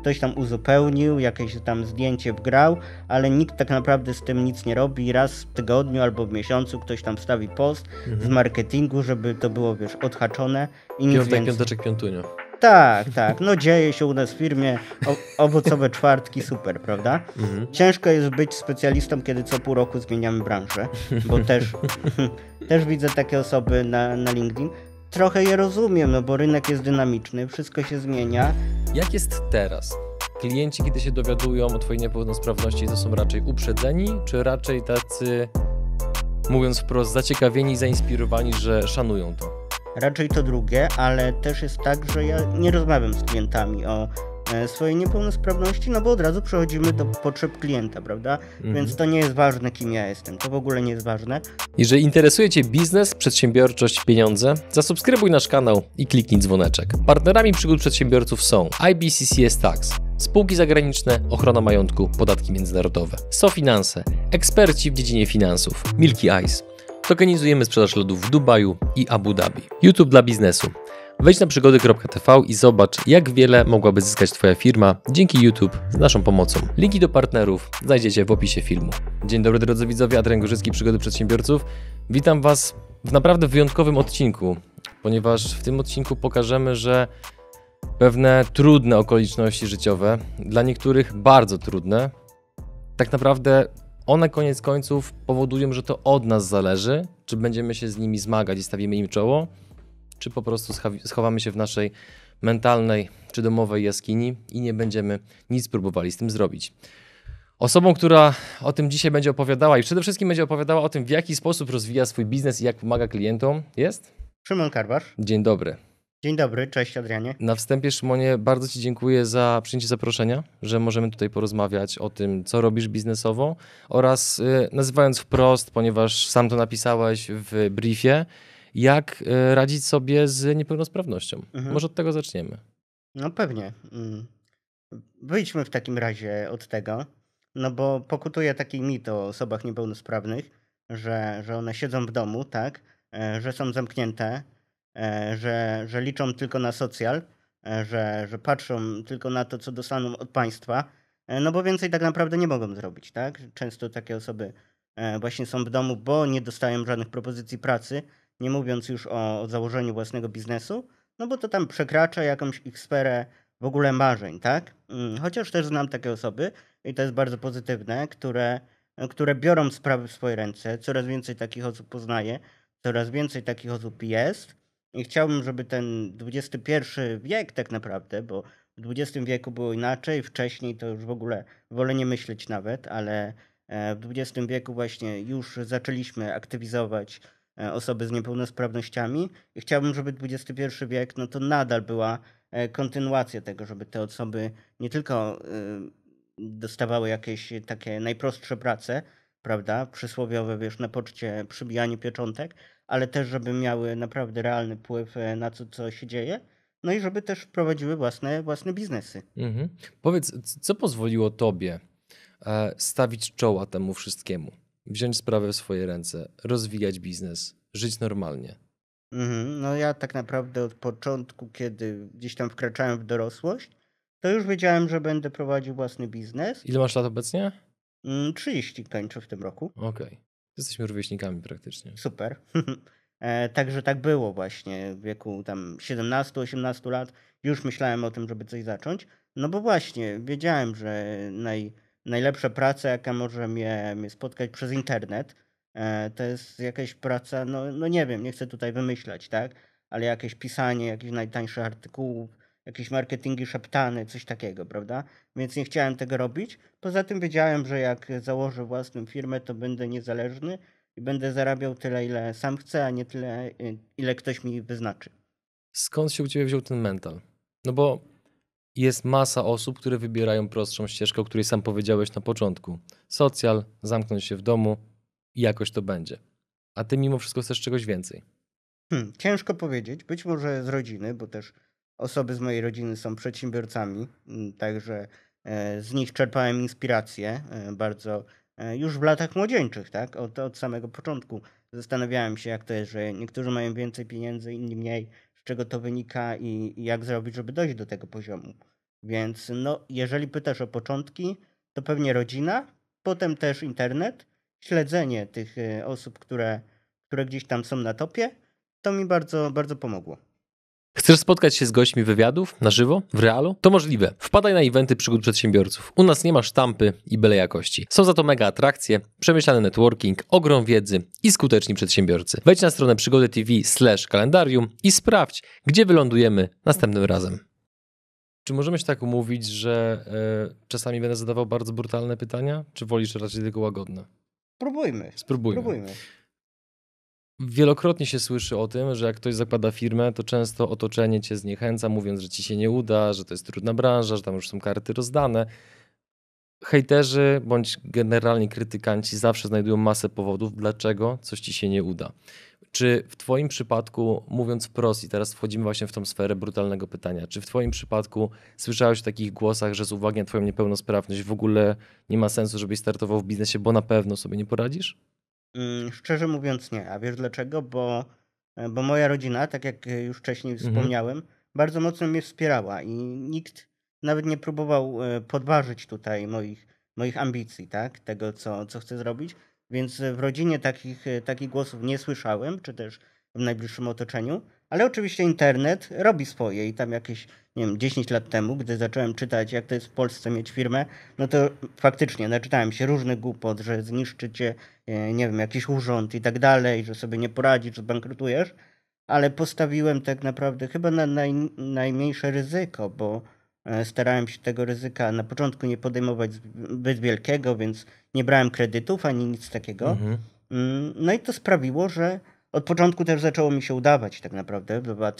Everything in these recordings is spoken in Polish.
ktoś tam uzupełnił, jakieś tam zdjęcie wgrał, ale nikt tak naprawdę z tym nic nie robi. Raz w tygodniu albo w miesiącu ktoś tam stawi post z marketingu, żeby to było, wiesz, odhaczone i nic Piątek, więcej. piąteczek, piątunio. Tak, no dzieje się u nas w firmie, owocowe czwartki, super, prawda? Ciężko jest być specjalistą, kiedy co pół roku zmieniamy branżę, bo też widzę takie osoby na LinkedIn. Trochę je rozumiem, no bo rynek jest dynamiczny, wszystko się zmienia. Jak jest teraz? Klienci, kiedy się dowiadują o twojej niepełnosprawności, to są raczej uprzedzeni, czy raczej tacy, mówiąc wprost, zaciekawieni i zainspirowani, że szanują to? Raczej to drugie, ale też jest tak, że ja nie rozmawiam z klientami o swojej niepełnosprawności, no bo od razu przechodzimy do potrzeb klienta, prawda? Więc to nie jest ważne, kim ja jestem, to w ogóle nie jest ważne. Jeżeli interesuje cię biznes, przedsiębiorczość, pieniądze, zasubskrybuj nasz kanał i kliknij dzwoneczek. Partnerami przygód przedsiębiorców są IBCCS Tax, spółki zagraniczne, ochrona majątku, podatki międzynarodowe, SoFinanse, eksperci w dziedzinie finansów, Milky Ice. Tokenizujemy sprzedaż lodów w Dubaju i Abu Dhabi. YouTube dla biznesu. Wejdź na przygody.tv i zobacz, jak wiele mogłaby zyskać twoja firma dzięki YouTube z naszą pomocą. Linki do partnerów znajdziecie w opisie filmu. Dzień dobry drodzy widzowie, Adrian Gorzycki, Przygody Przedsiębiorców. Witam was w naprawdę wyjątkowym odcinku, ponieważ w tym odcinku pokażemy, że pewne trudne okoliczności życiowe, dla niektórych bardzo trudne, tak naprawdę one koniec końców powodują, że to od nas zależy, czy będziemy się z nimi zmagać i stawimy im czoło, czy po prostu schowamy się w naszej mentalnej czy domowej jaskini i nie będziemy nic próbowali z tym zrobić. Osobą, która o tym dzisiaj będzie opowiadała i przede wszystkim będzie opowiadała o tym, w jaki sposób rozwija swój biznes i jak pomaga klientom, jest Szymon Karwasz. Dzień dobry. Dzień dobry, cześć Adrianie. Na wstępie, Szymonie, bardzo ci dziękuję za przyjęcie zaproszenia, że możemy tutaj porozmawiać o tym, co robisz biznesowo oraz nazywając wprost, ponieważ sam to napisałeś w briefie, jak radzić sobie z niepełnosprawnością. Może od tego zaczniemy. No pewnie. Wyjdźmy w takim razie od tego, no bo pokutuje taki mit o osobach niepełnosprawnych, że one siedzą w domu, tak, że są zamknięte, że liczą tylko na socjal, że patrzą tylko na to, co dostaną od państwa, no bo więcej tak naprawdę nie mogą zrobić, tak? Często takie osoby właśnie są w domu, bo nie dostają żadnych propozycji pracy, nie mówiąc już o założeniu własnego biznesu, no bo to tam przekracza jakąś ich sferę w ogóle marzeń, tak? Chociaż też znam takie osoby i to jest bardzo pozytywne, które biorą sprawy w swoje ręce. Coraz więcej takich osób poznaję, coraz więcej takich osób jest i chciałbym, żeby ten XXI wiek tak naprawdę, bo w XX wieku było inaczej, wcześniej to już w ogóle wolę nie myśleć nawet, ale w XX wieku właśnie już zaczęliśmy aktywizować osoby z niepełnosprawnościami i chciałbym, żeby XXI wiek no to nadal była kontynuacja tego, żeby te osoby nie tylko dostawały jakieś takie najprostsze prace, prawda, przysłowiowe, wiesz, na poczcie przybijanie pieczątek, ale też, żeby miały naprawdę realny wpływ na to, co się dzieje, no i żeby też prowadziły własne biznesy. Powiedz, co pozwoliło tobie stawić czoła temu wszystkiemu? Wziąć sprawę w swoje ręce, rozwijać biznes, żyć normalnie? No ja tak naprawdę od początku, kiedy gdzieś tam wkraczałem w dorosłość, to już wiedziałem, że będę prowadził własny biznes. Ile masz lat obecnie? 30 kończę w tym roku. Okej. Jesteśmy rówieśnikami praktycznie. Super. Także tak było właśnie w wieku tam 17-18 lat. Już myślałem o tym, żeby coś zacząć. No bo właśnie wiedziałem, że najlepsza praca, jaka może mnie spotkać przez internet, to jest jakaś praca, no nie wiem, nie chcę tutaj wymyślać, tak? Ale jakieś pisanie jakichś najtańszych artykułów, jakieś marketingi szeptane, coś takiego, prawda? Więc nie chciałem tego robić. Poza tym wiedziałem, że jak założę własną firmę, to będę niezależny i będę zarabiał tyle, ile sam chcę, a nie tyle, ile ktoś mi wyznaczy. Skąd się u ciebie wziął ten mental? No bo jest masa osób, które wybierają prostszą ścieżkę, o której sam powiedziałeś na początku. Socjal, zamknąć się w domu i jakoś to będzie. A ty mimo wszystko chcesz czegoś więcej. Ciężko powiedzieć. Być może z rodziny, bo też osoby z mojej rodziny są przedsiębiorcami, także z nich czerpałem inspirację bardzo już w latach młodzieńczych, tak? Od samego początku zastanawiałem się, jak to jest, że niektórzy mają więcej pieniędzy, inni mniej, z czego to wynika i jak zrobić, żeby dojść do tego poziomu. Więc no, jeżeli pytasz o początki, to pewnie rodzina, potem też internet, śledzenie tych osób, które gdzieś tam są na topie, to mi bardzo, bardzo pomogło. Chcesz spotkać się z gośćmi wywiadów na żywo, w realu? To możliwe. Wpadaj na eventy przygód przedsiębiorców. U nas nie ma sztampy i byle jakości. Są za to mega atrakcje, przemyślany networking, ogrom wiedzy i skuteczni przedsiębiorcy. Wejdź na stronę przygody.tv/kalendarium i sprawdź, gdzie wylądujemy następnym razem. Czy możemy się tak umówić, że czasami będę zadawał bardzo brutalne pytania, czy wolisz raczej tylko łagodne? Spróbujmy. Wielokrotnie się słyszy o tym, że jak ktoś zakłada firmę, to często otoczenie cię zniechęca, mówiąc, że ci się nie uda, że to jest trudna branża, że tam już są karty rozdane. Hejterzy bądź generalnie krytykanci zawsze znajdują masę powodów, dlaczego coś ci się nie uda. Czy w twoim przypadku, mówiąc wprost, i teraz wchodzimy właśnie w tą sferę brutalnego pytania, czy w twoim przypadku słyszałeś o takich głosach, że z uwagi na twoją niepełnosprawność w ogóle nie ma sensu, żebyś startował w biznesie, bo na pewno sobie nie poradzisz? Szczerze mówiąc nie. A wiesz dlaczego? Bo moja rodzina, tak jak już wcześniej wspomniałem, bardzo mocno mnie wspierała i nikt nawet nie próbował podważyć tutaj moich ambicji, tak? Tego, co chcę zrobić. Więc w rodzinie takich głosów nie słyszałem, czy też w najbliższym otoczeniu. Ale oczywiście internet robi swoje i tam jakieś, nie wiem, 10 lat temu, gdy zacząłem czytać, jak to jest w Polsce mieć firmę, no to faktycznie naczytałem się różnych głupot, że zniszczycie, nie wiem, jakiś urząd i tak dalej, że sobie nie poradzisz, że zbankrutujesz, ale postawiłem tak naprawdę chyba na najmniejsze ryzyko, bo starałem się tego ryzyka na początku nie podejmować zbyt wielkiego, więc nie brałem kredytów ani nic takiego. No i to sprawiło, że od początku też zaczęło mi się udawać tak naprawdę w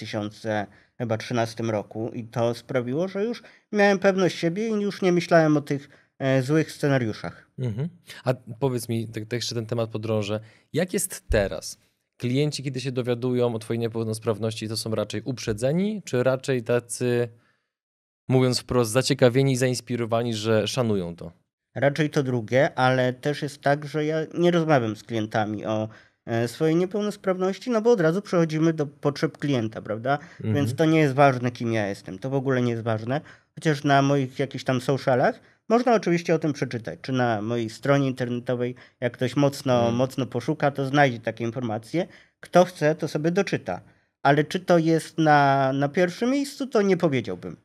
2013 roku i to sprawiło, że już miałem pewność siebie i już nie myślałem o tych złych scenariuszach. A powiedz mi, tak jeszcze ten temat podrążę, jak jest teraz? Klienci, kiedy się dowiadują o twojej niepełnosprawności, to są raczej uprzedzeni, czy raczej tacy, mówiąc wprost, zaciekawieni i zainspirowani, że szanują to? Raczej to drugie, ale też jest tak, że ja nie rozmawiam z klientami o swojej niepełnosprawności, no bo od razu przechodzimy do potrzeb klienta, prawda? Więc to nie jest ważne, kim ja jestem. To w ogóle nie jest ważne. Chociaż na moich jakichś tam socialach można oczywiście o tym przeczytać. Czy na mojej stronie internetowej, jak ktoś mocno poszuka, to znajdzie takie informacje. Kto chce, to sobie doczyta. Ale czy to jest na pierwszym miejscu, to nie powiedziałbym.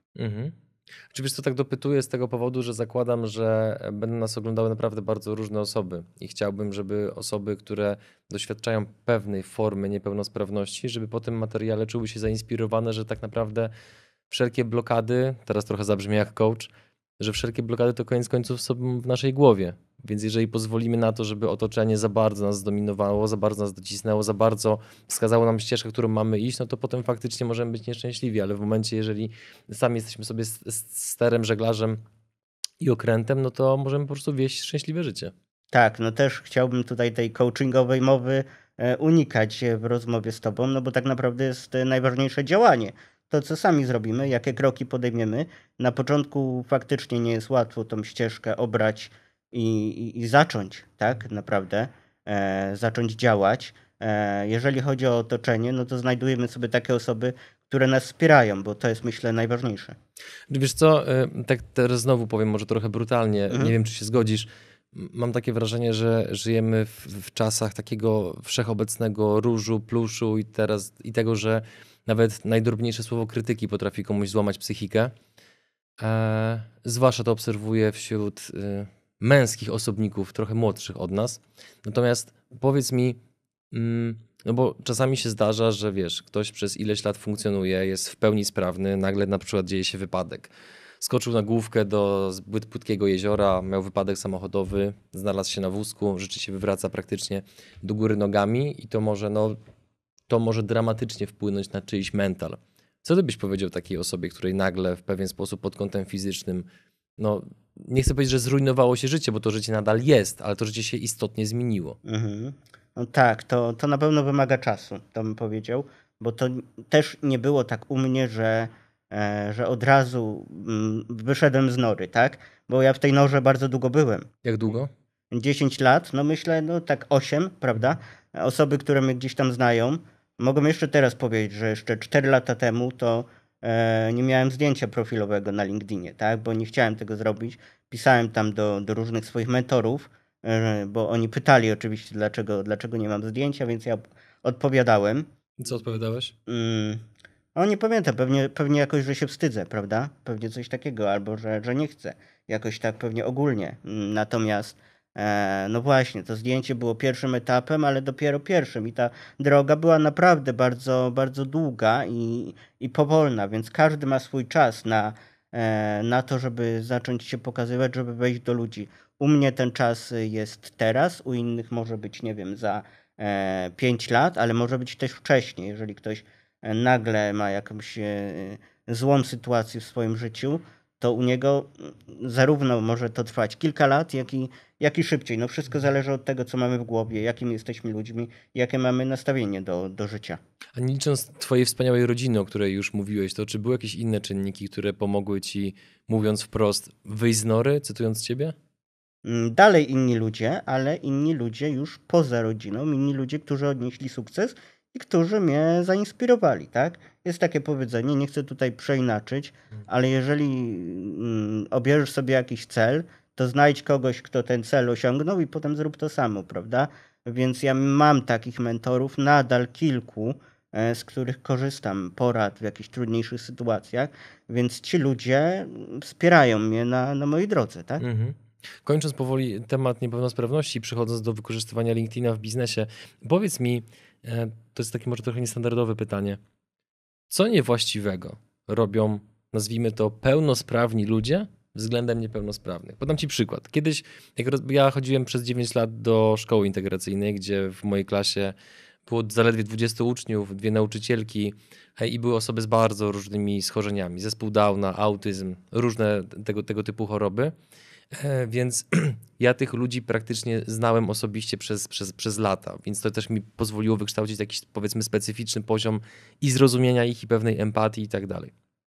Czy wiesz co, tak dopytuję z tego powodu, że zakładam, że będą nas oglądały naprawdę bardzo różne osoby i chciałbym, żeby osoby, które doświadczają pewnej formy niepełnosprawności, żeby po tym materiale czuły się zainspirowane, że tak naprawdę wszelkie blokady, teraz trochę zabrzmi jak coach, że wszelkie blokady to koniec końców są w naszej głowie. Więc jeżeli pozwolimy na to, żeby otoczenie za bardzo nas zdominowało, za bardzo nas docisnęło, za bardzo wskazało nam ścieżkę, którą mamy iść, no to potem faktycznie możemy być nieszczęśliwi, ale w momencie, jeżeli sami jesteśmy sobie sterem, żeglarzem i okrętem, no to możemy po prostu wieść szczęśliwe życie. Tak, no też chciałbym tutaj tej coachingowej mowy unikać w rozmowie z tobą, no bo tak naprawdę jest najważniejsze działanie. To, co sami zrobimy, jakie kroki podejmiemy. Na początku faktycznie nie jest łatwo tą ścieżkę obrać i zacząć, tak naprawdę, zacząć działać. Jeżeli chodzi o otoczenie, no to znajdujemy sobie takie osoby, które nas wspierają, bo to jest, myślę, najważniejsze. Wiesz co, tak teraz znowu powiem może trochę brutalnie, nie wiem, czy się zgodzisz. Mam takie wrażenie, że żyjemy w czasach takiego wszechobecnego różu, pluszu i tego, że nawet najdrobniejsze słowo krytyki potrafi komuś złamać psychikę. Zwłaszcza to obserwuję wśród męskich osobników, trochę młodszych od nas. Natomiast powiedz mi, no bo czasami się zdarza, że wiesz, ktoś przez ileś lat funkcjonuje, jest w pełni sprawny, nagle na przykład dzieje się wypadek. Skoczył na główkę do zbyt płytkiego jeziora, miał wypadek samochodowy, znalazł się na wózku, życie się wywraca praktycznie do góry nogami i to może dramatycznie wpłynąć na czyjś mental. Co ty byś powiedział takiej osobie, której nagle w pewien sposób pod kątem fizycznym, no nie chcę powiedzieć, że zrujnowało się życie, bo to życie nadal jest, ale to życie się istotnie zmieniło. No tak, to na pewno wymaga czasu, to bym powiedział, bo to też nie było tak u mnie, że od razu wyszedłem z nory, tak? Bo ja w tej norze bardzo długo byłem. Jak długo? 10 lat, no myślę, no tak 8, prawda? Osoby, które mnie gdzieś tam znają, mogą jeszcze teraz powiedzieć, że jeszcze 4 lata temu to nie miałem zdjęcia profilowego na LinkedInie, tak? Bo nie chciałem tego zrobić. Pisałem tam do różnych swoich mentorów, bo oni pytali oczywiście, dlaczego nie mam zdjęcia, więc ja odpowiadałem. Co odpowiadałeś? No nie pamiętam, pewnie jakoś, że się wstydzę, prawda? Pewnie coś takiego, albo że nie chcę. Jakoś tak pewnie ogólnie. Natomiast no właśnie, to zdjęcie było pierwszym etapem, ale dopiero pierwszym i ta droga była naprawdę bardzo, bardzo długa i powolna, więc każdy ma swój czas na to, żeby zacząć się pokazywać, żeby wejść do ludzi. U mnie ten czas jest teraz, u innych może być, nie wiem, za 5 lat, ale może być też wcześniej, jeżeli ktoś nagle ma jakąś złą sytuację w swoim życiu, to u niego zarówno może to trwać kilka lat, jak i szybciej. No wszystko zależy od tego, co mamy w głowie, jakimi jesteśmy ludźmi, jakie mamy nastawienie do życia. A nie licząc twojej wspaniałej rodziny, o której już mówiłeś, to czy były jakieś inne czynniki, które pomogły ci, mówiąc wprost, wyjść z nory, cytując ciebie? Dalej inni ludzie, ale inni ludzie już poza rodziną, inni ludzie, którzy odnieśli sukces i którzy mnie zainspirowali, tak? Jest takie powiedzenie, nie chcę tutaj przeinaczyć, ale jeżeli obierzesz sobie jakiś cel, to znajdź kogoś, kto ten cel osiągnął i potem zrób to samo, prawda? Więc ja mam takich mentorów, nadal kilku, z których korzystam porad w jakichś trudniejszych sytuacjach, więc ci ludzie wspierają mnie na mojej drodze, tak? Kończąc powoli temat niepełnosprawności, przechodząc do wykorzystywania LinkedIna w biznesie, powiedz mi, to jest takie może trochę niestandardowe pytanie, co niewłaściwego robią, nazwijmy to, pełnosprawni ludzie względem niepełnosprawnych? Podam ci przykład. Kiedyś, ja chodziłem przez 9 lat do szkoły integracyjnej, gdzie w mojej klasie było zaledwie 20 uczniów, 2 nauczycielki i były osoby z bardzo różnymi schorzeniami. Zespół Downa, autyzm, różne tego typu choroby. Więc ja tych ludzi praktycznie znałem osobiście przez lata, więc to też mi pozwoliło wykształcić jakiś, powiedzmy, specyficzny poziom i zrozumienia ich i pewnej empatii i tak dalej.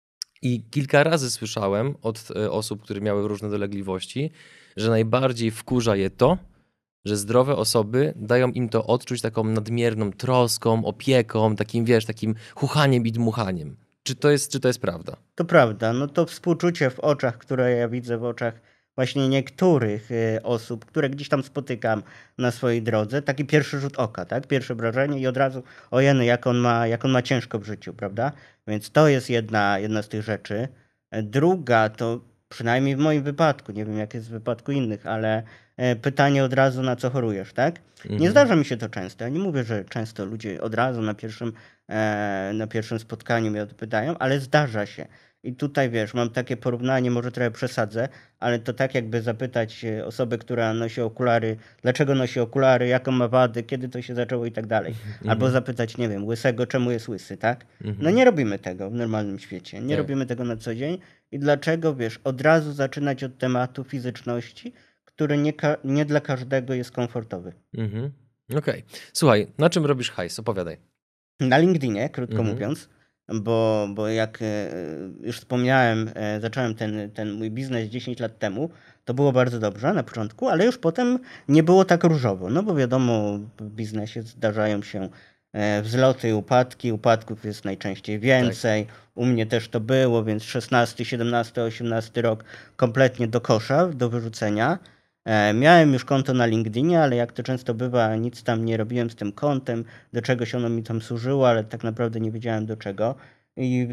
I kilka razy słyszałem od osób, które miały różne dolegliwości, że najbardziej wkurza je to, że zdrowe osoby dają im to odczuć taką nadmierną troską, opieką, takim, wiesz, takim chuchaniem i dmuchaniem. Czy to jest prawda? To prawda, no to współczucie w oczach, które ja widzę w oczach właśnie niektórych osób, które gdzieś tam spotykam na swojej drodze, taki pierwszy rzut oka, tak? Pierwsze wrażenie i od razu ojeny, jak on ma ciężko w życiu, prawda? Więc to jest jedna z tych rzeczy. Druga to przynajmniej w moim wypadku, nie wiem jak jest w wypadku innych, ale pytanie od razu, na co chorujesz, tak? Nie zdarza mi się to często. Ja nie mówię, że często ludzie od razu na pierwszym spotkaniu mnie o to pytają, ale zdarza się. I tutaj wiesz, mam takie porównanie, może trochę przesadzę, ale to tak jakby zapytać osobę, która nosi okulary, dlaczego nosi okulary, jaką ma wady, kiedy to się zaczęło i tak dalej. Albo zapytać, nie wiem, łysego, czemu jest łysy, tak? No nie robimy tego w normalnym świecie, nie robimy tego na co dzień. I dlaczego, wiesz, od razu zaczynać od tematu fizyczności, który nie dla każdego jest komfortowy. Okej. Słuchaj, na czym robisz hajs? Opowiadaj. Na LinkedInie, krótko mówiąc, bo jak już wspomniałem, zacząłem ten mój biznes 10 lat temu, to było bardzo dobrze na początku, ale już potem nie było tak różowo, no bo wiadomo, w biznesie zdarzają się wzloty i upadki, upadków jest najczęściej więcej, u mnie też to było, więc 16, 17, 18 rok kompletnie do kosza, do wyrzucenia. Miałem już konto na LinkedInie, ale jak to często bywa, nic tam nie robiłem z tym kontem, do czegoś ono mi tam służyło, ale tak naprawdę nie wiedziałem do czego. I w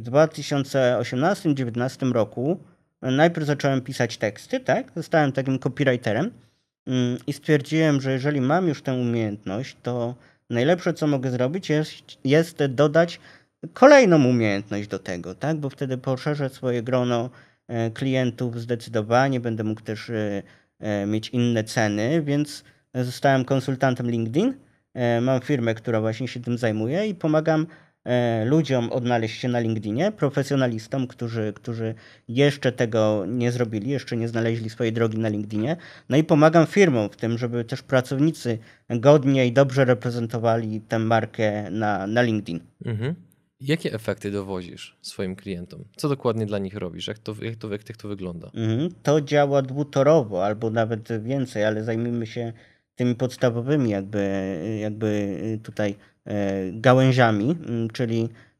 2018-2019 roku najpierw zacząłem pisać teksty, tak? Zostałem takim copywriterem i stwierdziłem, że jeżeli mam już tę umiejętność, to najlepsze, co mogę zrobić, jest dodać kolejną umiejętność do tego, tak? Bo wtedy poszerzę swoje grono klientów zdecydowanie, będę mógł też mieć inne ceny, więc zostałem konsultantem LinkedIn. Mam firmę, która właśnie się tym zajmuje i pomagam ludziom odnaleźć się na LinkedInie, profesjonalistom, którzy jeszcze tego nie zrobili, jeszcze nie znaleźli swojej drogi na LinkedInie. No i pomagam firmom w tym, żeby też pracownicy godnie i dobrze reprezentowali tę markę na LinkedIn. Jakie efekty dowozisz swoim klientom? Co dokładnie dla nich robisz? Jak to wygląda? To działa dwutorowo albo nawet więcej, ale zajmijmy się tymi podstawowymi jakby tutaj gałęziami, czyli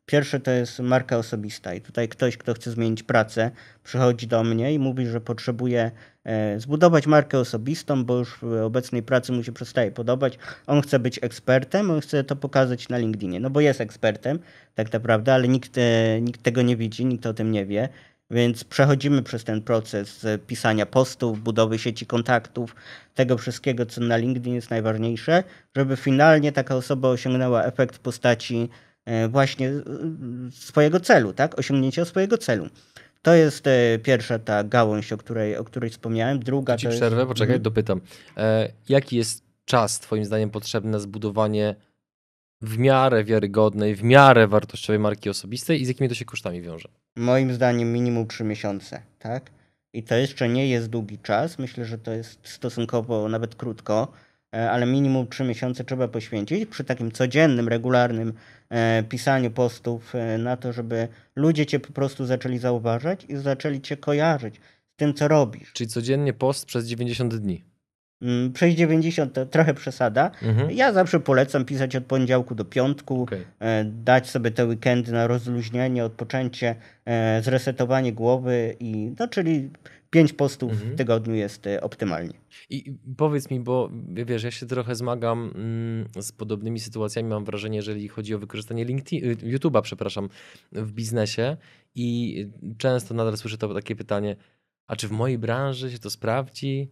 Pierwsze to jest marka osobista i tutaj ktoś, kto chce zmienić pracę, przychodzi do mnie i mówi, że potrzebuje zbudować markę osobistą, bo już w obecnej pracy mu się przestaje podobać. On chce być ekspertem, on chce to pokazać na LinkedInie, no bo jest ekspertem tak naprawdę, ale nikt tego nie widzi, nikt o tym nie wie. Więc przechodzimy przez ten proces pisania postów, budowy sieci kontaktów, tego wszystkiego, co na LinkedIn jest najważniejsze, żeby finalnie taka osoba osiągnęła efekt w postaci właśnie swojego celu, tak? Osiągnięcia swojego celu. To jest pierwsza ta gałąź, o której wspomniałem. Druga Ci to przerwę, jest... poczekaj, dopytam. Jaki jest czas twoim zdaniem potrzebny na zbudowanie w miarę wiarygodnej, w miarę wartościowej marki osobistej i z jakimi to się kosztami wiąże? Moim zdaniem minimum 3 miesiące, tak? I to jeszcze nie jest długi czas. Myślę, że to jest stosunkowo nawet krótko, ale minimum 3 miesiące trzeba poświęcić przy takim codziennym, regularnym pisaniu postów na to, żeby ludzie cię po prostu zaczęli zauważać i zaczęli cię kojarzyć z tym, co robisz. Czyli codziennie post przez 90 dni. Przez 90 to trochę przesada. Ja zawsze polecam pisać od poniedziałku do piątku, dać sobie te weekendy na rozluźnienie, odpoczęcie, zresetowanie głowy, czyli 5 postów w tygodniu jest optymalnie. I powiedz mi, bo wiesz, ja się trochę zmagam z podobnymi sytuacjami, mam wrażenie, jeżeli chodzi o wykorzystanie YouTube'a, przepraszam, w biznesie i często nadal słyszę takie pytanie, a czy w mojej branży się to sprawdzi?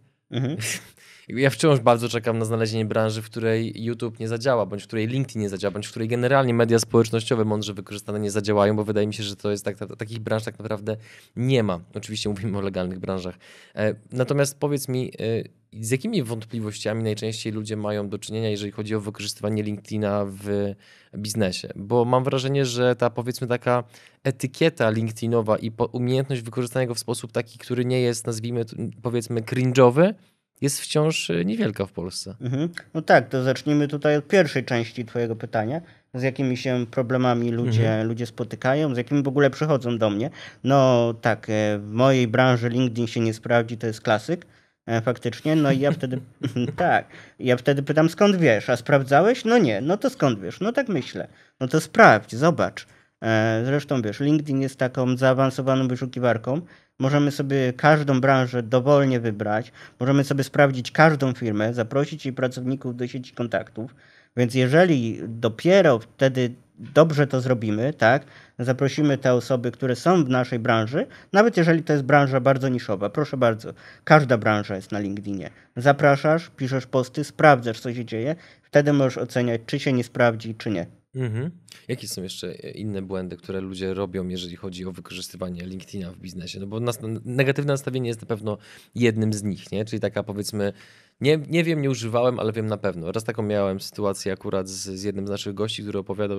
Ja wciąż bardzo czekam na znalezienie branży, w której YouTube nie zadziała, bądź w której LinkedIn nie zadziała, bądź w której generalnie media społecznościowe mądrze wykorzystane nie zadziałają, bo wydaje mi się, że to jest takich branż tak naprawdę nie ma. Oczywiście mówimy o legalnych branżach. Natomiast powiedz mi, z jakimi wątpliwościami najczęściej ludzie mają do czynienia, jeżeli chodzi o wykorzystywanie LinkedIna w biznesie? Bo mam wrażenie, że ta powiedzmy taka etykieta LinkedInowa i umiejętność wykorzystania go w sposób taki, który nie jest, nazwijmy powiedzmy cringe'owy, jest wciąż niewielka w Polsce. No tak, to zacznijmy tutaj od pierwszej części twojego pytania. Z jakimi się problemami ludzie spotykają, z jakimi w ogóle przychodzą do mnie. No tak, w mojej branży LinkedIn się nie sprawdzi, to jest klasyk. Faktycznie, no i ja wtedy ja wtedy pytam, skąd wiesz, a sprawdzałeś? No nie, no to skąd wiesz? No tak myślę. No to sprawdź, zobacz. Zresztą wiesz, LinkedIn jest taką zaawansowaną wyszukiwarką. Możemy sobie każdą branżę dowolnie wybrać, możemy sobie sprawdzić każdą firmę, zaprosić jej pracowników do sieci kontaktów, więc jeżeli dopiero wtedy dobrze to zrobimy, tak, zaprosimy te osoby, które są w naszej branży, nawet jeżeli to jest branża bardzo niszowa, proszę bardzo, każda branża jest na LinkedInie. Zapraszasz, piszesz posty, sprawdzasz, co się dzieje, wtedy możesz oceniać, czy się nie sprawdzi, czy nie. Jakie są jeszcze inne błędy, które ludzie robią, jeżeli chodzi o wykorzystywanie LinkedIna w biznesie? No bo negatywne nastawienie jest na pewno jednym z nich, nie? Czyli taka powiedzmy, nie wiem, nie używałem, ale wiem na pewno. Raz taką miałem sytuację akurat z jednym z naszych gości, który opowiadał,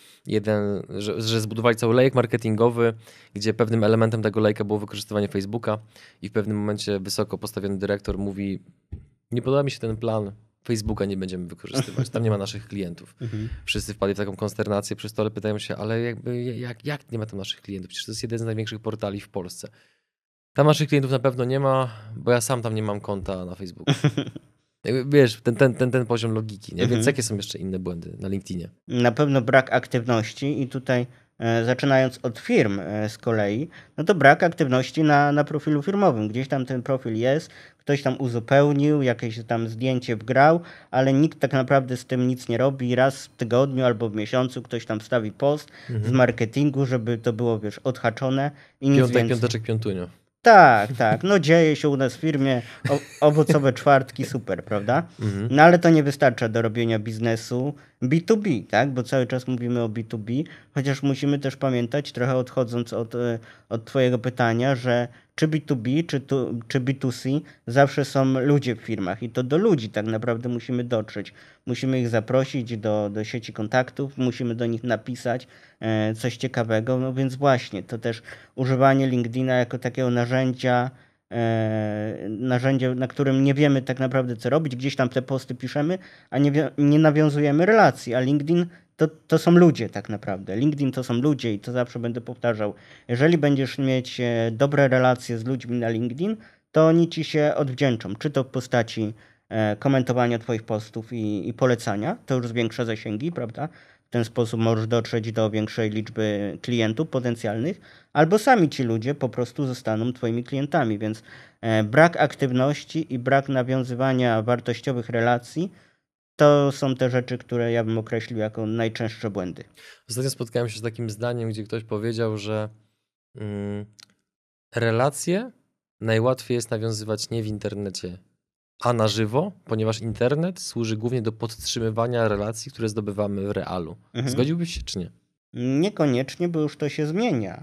że zbudowali cały lejek marketingowy, gdzie pewnym elementem tego lejka było wykorzystywanie Facebooka i w pewnym momencie wysoko postawiony dyrektor mówi, nie podoba mi się ten plan, Facebooka nie będziemy wykorzystywać, tam nie ma naszych klientów. Wszyscy wpadli w taką konsternację przy stole, pytają się, ale jak nie ma tam naszych klientów? Przecież to jest jeden z największych portali w Polsce. Tam naszych klientów na pewno nie ma, bo ja sam tam nie mam konta na Facebooku. Wiesz, ten poziom logiki, nie? Więc jakie są jeszcze inne błędy na LinkedInie? Na pewno brak aktywności i tutaj zaczynając od firm z kolei, no to brak aktywności na profilu firmowym. Gdzieś tam ten profil jest, ktoś tam uzupełnił, jakieś tam zdjęcie wgrał, ale nikt tak naprawdę z tym nic nie robi. Raz w tygodniu albo w miesiącu ktoś tam wstawi post z marketingu, żeby to było, wiesz, odhaczone i nic więcej. Piąteczek, piątunio. Tak. No dzieje się u nas w firmie, owocowe czwartki, super, prawda? No ale to nie wystarcza do robienia biznesu B2B, tak? Bo cały czas mówimy o B2B, chociaż musimy też pamiętać, trochę odchodząc od twojego pytania, że czy B2B, czy B2C zawsze są ludzie w firmach i to do ludzi tak naprawdę musimy dotrzeć. Musimy ich zaprosić do sieci kontaktów, musimy do nich napisać coś ciekawego, no więc właśnie to też używanie LinkedIna jako takiego narzędzia, na którym nie wiemy tak naprawdę co robić, gdzieś tam te posty piszemy, a nie nawiązujemy relacji, a LinkedIn to są ludzie tak naprawdę. LinkedIn to są ludzie i to zawsze będę powtarzał. Jeżeli będziesz mieć dobre relacje z ludźmi na LinkedIn, to oni ci się odwdzięczą, czy to w postaci komentowania twoich postów i polecania, to już zwiększa zasięgi, prawda? w ten sposób możesz dotrzeć do większej liczby klientów potencjalnych, albo sami ci ludzie po prostu zostaną twoimi klientami, więc brak aktywności i brak nawiązywania wartościowych relacji to są te rzeczy, które ja bym określił jako najczęstsze błędy. Ostatnio spotkałem się z takim zdaniem, gdzie ktoś powiedział, że relacje najłatwiej jest nawiązywać nie w internecie, a na żywo, ponieważ internet służy głównie do podtrzymywania relacji, które zdobywamy w realu. Zgodziłbyś się czy nie? Niekoniecznie, bo już to się zmienia.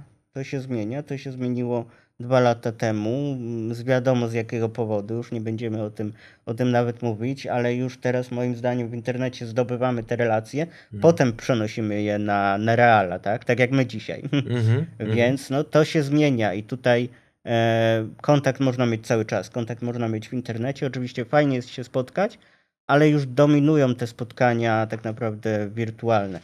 To się zmieniło 2 lata temu, wiadomo z jakiego powodu, już nie będziemy o tym nawet mówić, ale już teraz moim zdaniem w internecie zdobywamy te relacje, potem przenosimy je na reala, tak jak my dzisiaj. Więc no, to się zmienia i tutaj kontakt można mieć cały czas, kontakt można mieć w internecie, oczywiście fajnie jest się spotkać, ale już dominują te spotkania tak naprawdę wirtualne.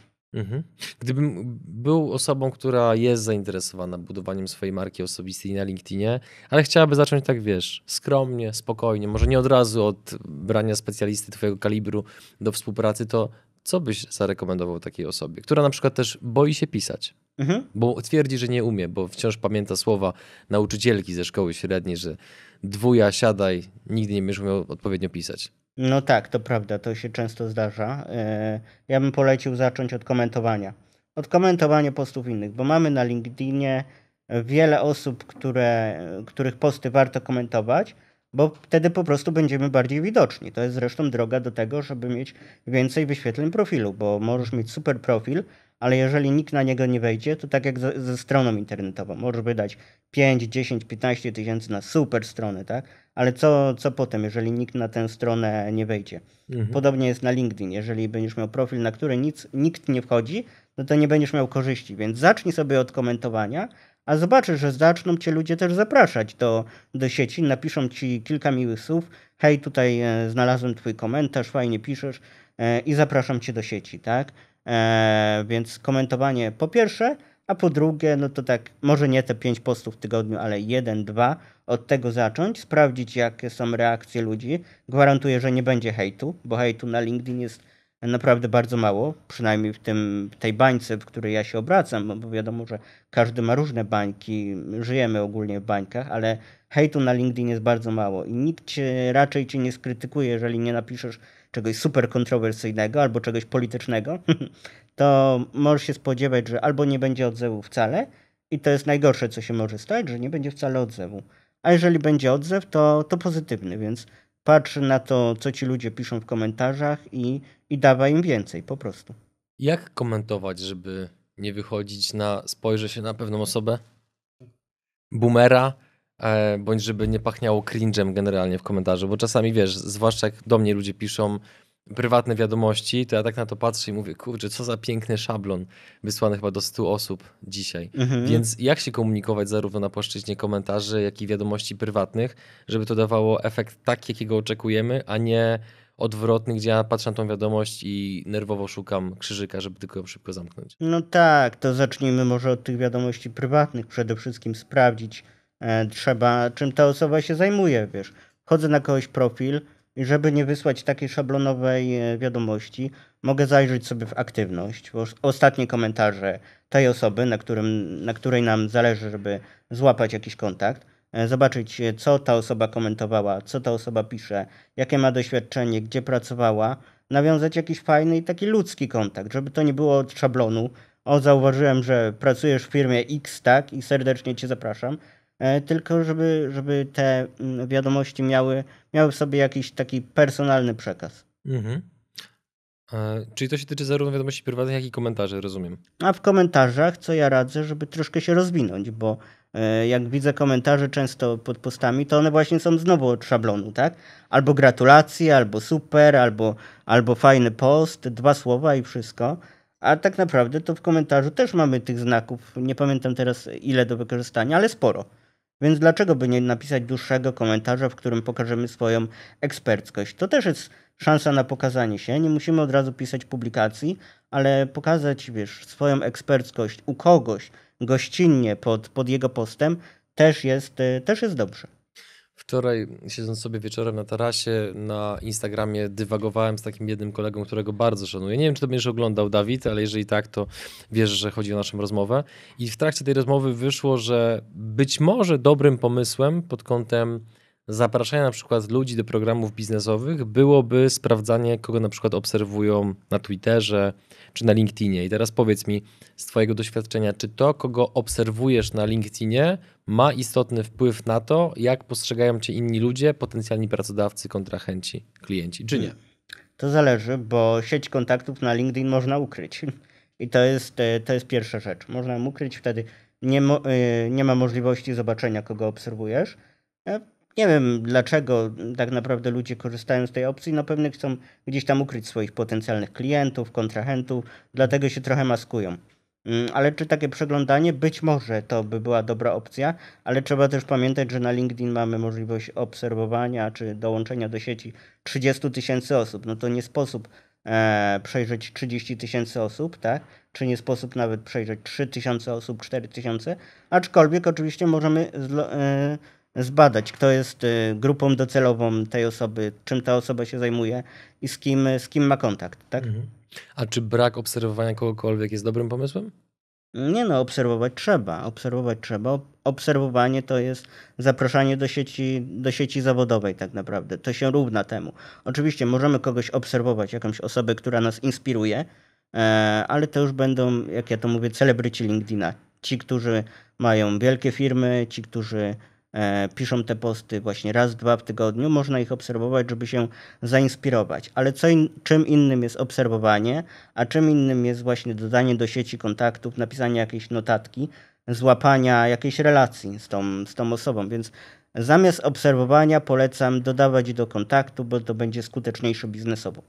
Gdybym był osobą, która jest zainteresowana budowaniem swojej marki osobistej na LinkedInie, ale chciałaby zacząć tak, wiesz, skromnie, spokojnie, może nie od razu od brania specjalisty twojego kalibru do współpracy, to co byś zarekomendował takiej osobie, która na przykład też boi się pisać, bo twierdzi, że nie umie, bo wciąż pamięta słowa nauczycielki ze szkoły średniej, że dwuja, siadaj, nigdy nie będziesz umiał odpowiednio pisać. No tak, to prawda, to się często zdarza. Ja bym polecił zacząć od komentowania. Od komentowania postów innych, bo mamy na LinkedInie wiele osób, których posty warto komentować, bo wtedy po prostu będziemy bardziej widoczni. To jest zresztą droga do tego, żeby mieć więcej wyświetleń profilu, bo możesz mieć super profil, ale jeżeli nikt na niego nie wejdzie, to tak jak ze stroną internetową. Możesz wydać 5, 10, 15 tysięcy na super stronę, tak? Ale co potem, jeżeli nikt na tę stronę nie wejdzie? Podobnie jest na LinkedIn. Jeżeli będziesz miał profil, na który nikt nie wchodzi, no to nie będziesz miał korzyści. Więc zacznij sobie od komentowania, a zobaczysz, że zaczną cię ludzie też zapraszać do sieci, napiszą ci kilka miłych słów. Hej, tutaj znalazłem twój komentarz, fajnie piszesz i zapraszam cię do sieci, tak? Więc komentowanie po pierwsze, a po drugie, no to tak, może nie te 5 postów w tygodniu, ale 1, 2, od tego zacząć, sprawdzić jakie są reakcje ludzi. Gwarantuję, że nie będzie hejtu, bo hejtu na LinkedIn jest naprawdę bardzo mało, przynajmniej w tej bańce, w której ja się obracam, bo wiadomo, że każdy ma różne bańki, żyjemy ogólnie w bańkach, ale hejtu na LinkedIn jest bardzo mało i nikt raczej cię nie skrytykuje, jeżeli nie napiszesz czegoś super kontrowersyjnego albo czegoś politycznego, to możesz się spodziewać, że albo nie będzie odzewu wcale i to jest najgorsze, co się może stać, że nie będzie wcale odzewu. A jeżeli będzie odzew, to pozytywny, więc patrz na to, co ci ludzie piszą w komentarzach i dawaj im więcej po prostu. Jak komentować, żeby nie wychodzić spojrzę się na pewną osobę, boomera, bądź żeby nie pachniało cringe'em generalnie w komentarzu, bo czasami wiesz, zwłaszcza jak do mnie ludzie piszą prywatne wiadomości, to ja tak na to patrzę i mówię, kurczę, co za piękny szablon wysłany chyba do 100 osób dzisiaj. Więc jak się komunikować zarówno na płaszczyźnie komentarzy, jak i wiadomości prywatnych, żeby to dawało efekt taki, jakiego oczekujemy, a nie odwrotny, gdzie ja patrzę na tą wiadomość i nerwowo szukam krzyżyka, żeby tylko ją szybko zamknąć. No tak, to zacznijmy może od tych wiadomości prywatnych. Przede wszystkim sprawdzić trzeba, czym ta osoba się zajmuje, wiesz. Wchodzę na kogoś profil i żeby nie wysłać takiej szablonowej wiadomości, mogę zajrzeć sobie w aktywność, bo ostatnie komentarze tej osoby, na której nam zależy, żeby złapać jakiś kontakt, zobaczyć, co ta osoba komentowała, co ta osoba pisze, jakie ma doświadczenie, gdzie pracowała, nawiązać jakiś fajny i taki ludzki kontakt, żeby to nie było od szablonu. O, zauważyłem, że pracujesz w firmie X, tak, i serdecznie cię zapraszam. Tylko żeby te wiadomości miały w sobie jakiś taki personalny przekaz. Czyli to się tyczy zarówno wiadomości prywatnych, jak i komentarzy, rozumiem. A w komentarzach, co ja radzę, żeby troszkę się rozwinąć, bo jak widzę komentarze często pod postami, to one właśnie są znowu od szablonu, tak? Albo gratulacje, albo super, albo fajny post, 2 słowa i wszystko. A tak naprawdę to w komentarzu też mamy tych znaków, nie pamiętam teraz ile do wykorzystania, ale sporo. Więc dlaczego by nie napisać dłuższego komentarza, w którym pokażemy swoją eksperckość? To też jest szansa na pokazanie się. Nie musimy od razu pisać publikacji, ale pokazać, wiesz, swoją eksperckość u kogoś gościnnie pod jego postem też jest dobrze. Wczoraj, siedząc sobie wieczorem na tarasie, na Instagramie dywagowałem z takim jednym kolegą, którego bardzo szanuję. Nie wiem, czy to będziesz oglądał, Dawid, ale jeżeli tak, to wiesz, że chodzi o naszą rozmowę. I w trakcie tej rozmowy wyszło, że być może dobrym pomysłem pod kątem zapraszania na przykład ludzi do programów biznesowych byłoby sprawdzanie, kogo na przykład obserwują na Twitterze czy na LinkedInie. I teraz powiedz mi z twojego doświadczenia, czy to, kogo obserwujesz na LinkedInie, ma istotny wpływ na to, jak postrzegają cię inni ludzie, potencjalni pracodawcy, kontrahenci, klienci, czy nie? To zależy, bo sieć kontaktów na LinkedIn można ukryć. I to jest pierwsza rzecz. Można ją ukryć, wtedy nie ma możliwości zobaczenia, kogo obserwujesz. Nie wiem, dlaczego tak naprawdę ludzie korzystają z tej opcji. No pewnie chcą gdzieś tam ukryć swoich potencjalnych klientów, kontrahentów, dlatego się trochę maskują. Ale czy takie przeglądanie? Być może to by była dobra opcja, ale trzeba też pamiętać, że na LinkedIn mamy możliwość obserwowania czy dołączenia do sieci 30 000 osób. No to nie sposób przejrzeć 30 000 osób, tak? Czy nie sposób nawet przejrzeć 3000 osób, 4000, aczkolwiek oczywiście możemy zbadać, kto jest grupą docelową tej osoby, czym ta osoba się zajmuje i z kim ma kontakt, tak? A czy brak obserwowania kogokolwiek jest dobrym pomysłem? Nie no, obserwować trzeba. Obserwowanie to jest zapraszanie do sieci zawodowej tak naprawdę. To się równa temu. Oczywiście możemy kogoś obserwować, jakąś osobę, która nas inspiruje, ale to już będą, jak ja to mówię, celebryci LinkedIna. Ci, którzy mają wielkie firmy, ci, którzy piszą te posty właśnie raz, dwa w tygodniu. Można ich obserwować, żeby się zainspirować. Ale czym innym jest obserwowanie, a czym innym jest właśnie dodanie do sieci kontaktów, napisanie jakiejś notatki, złapania jakiejś relacji z tą osobą. Więc zamiast obserwowania polecam dodawać do kontaktu, bo to będzie skuteczniejsze biznesowo.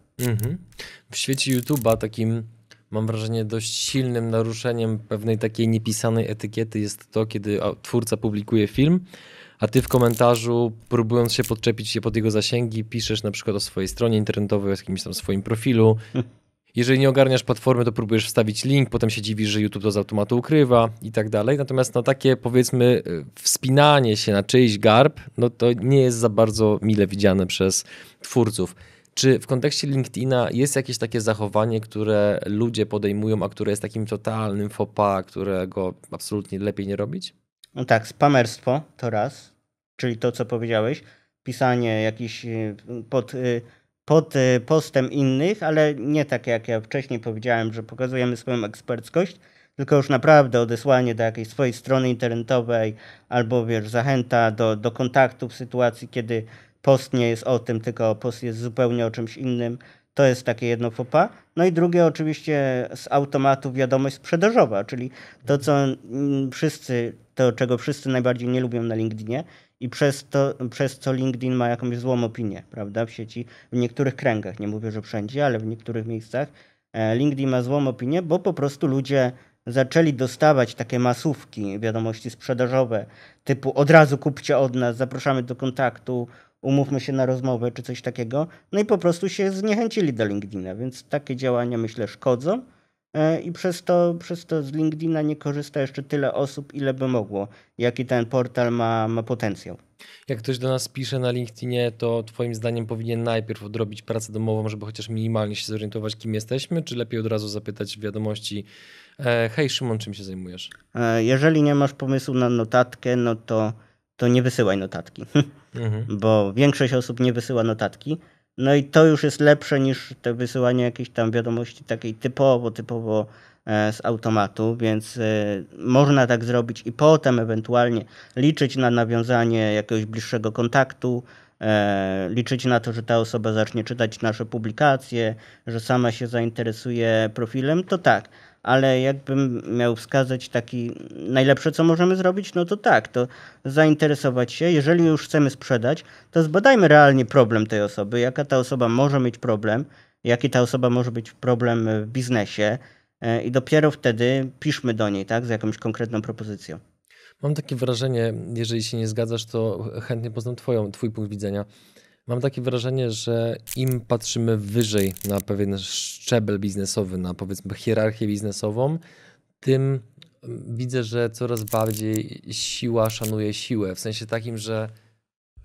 W świecie YouTube'a takim, mam wrażenie, dość silnym naruszeniem pewnej takiej niepisanej etykiety jest to, kiedy twórca publikuje film, a ty w komentarzu, próbując się podczepić się pod jego zasięgi, piszesz na przykład o swojej stronie internetowej, o jakimś tam swoim profilu. Jeżeli nie ogarniasz platformy, to próbujesz wstawić link, potem się dziwisz, że YouTube to z automatu ukrywa i tak dalej. Natomiast no takie, powiedzmy, wspinanie się na czyjś garb, no to nie jest za bardzo mile widziane przez twórców. Czy w kontekście LinkedIna jest jakieś takie zachowanie, które ludzie podejmują, a które jest takim totalnym faux pas, którego absolutnie lepiej nie robić? No tak, spamerstwo to raz, czyli to, co powiedziałeś, pisanie jakiś pod postem innych, ale nie tak jak ja wcześniej powiedziałem, że pokazujemy swoją eksperckość, tylko już naprawdę odesłanie do jakiejś swojej strony internetowej albo wiesz, zachęta do kontaktu w sytuacji, kiedy post nie jest o tym, tylko post jest zupełnie o czymś innym. To jest takie jedno faux pas. No i drugie oczywiście z automatu wiadomość sprzedażowa, czyli to, czego wszyscy najbardziej nie lubią na LinkedInie i przez co LinkedIn ma jakąś złą opinię, prawda, w sieci, w niektórych kręgach, nie mówię, że wszędzie, ale w niektórych miejscach LinkedIn ma złą opinię, bo po prostu ludzie zaczęli dostawać takie masówki, wiadomości sprzedażowe, typu od razu kupcie od nas, zapraszamy do kontaktu, umówmy się na rozmowę czy coś takiego, no i po prostu się zniechęcili do LinkedIna, więc takie działania myślę szkodzą i przez to z LinkedIna nie korzysta jeszcze tyle osób, ile by mogło, jaki ten portal ma potencjał. Jak ktoś do nas pisze na LinkedInie, to twoim zdaniem powinien najpierw odrobić pracę domową, żeby chociaż minimalnie się zorientować, kim jesteśmy, czy lepiej od razu zapytać w wiadomości: hej Szymon, czym się zajmujesz? Jeżeli nie masz pomysłu na notatkę, no to nie wysyłaj notatki, bo większość osób nie wysyła notatki. No i to już jest lepsze niż te wysyłanie jakiejś tam wiadomości takiej typowo z automatu, więc można tak zrobić i potem ewentualnie liczyć na nawiązanie jakiegoś bliższego kontaktu, liczyć na to, że ta osoba zacznie czytać nasze publikacje, że sama się zainteresuje profilem, to tak. Ale jakbym miał wskazać taki najlepsze, co możemy zrobić, no to tak, to zainteresować się. Jeżeli już chcemy sprzedać, to zbadajmy realnie problem tej osoby, jaka ta osoba może mieć problem, jaki ta osoba może być problem w biznesie i dopiero wtedy piszmy do niej, tak, z jakąś konkretną propozycją. Mam takie wrażenie, jeżeli się nie zgadzasz, to chętnie poznam twój punkt widzenia. Mam takie wrażenie, że im patrzymy wyżej na pewien szczebel biznesowy, na powiedzmy hierarchię biznesową, tym widzę, że coraz bardziej siła szanuje siłę. W sensie takim, że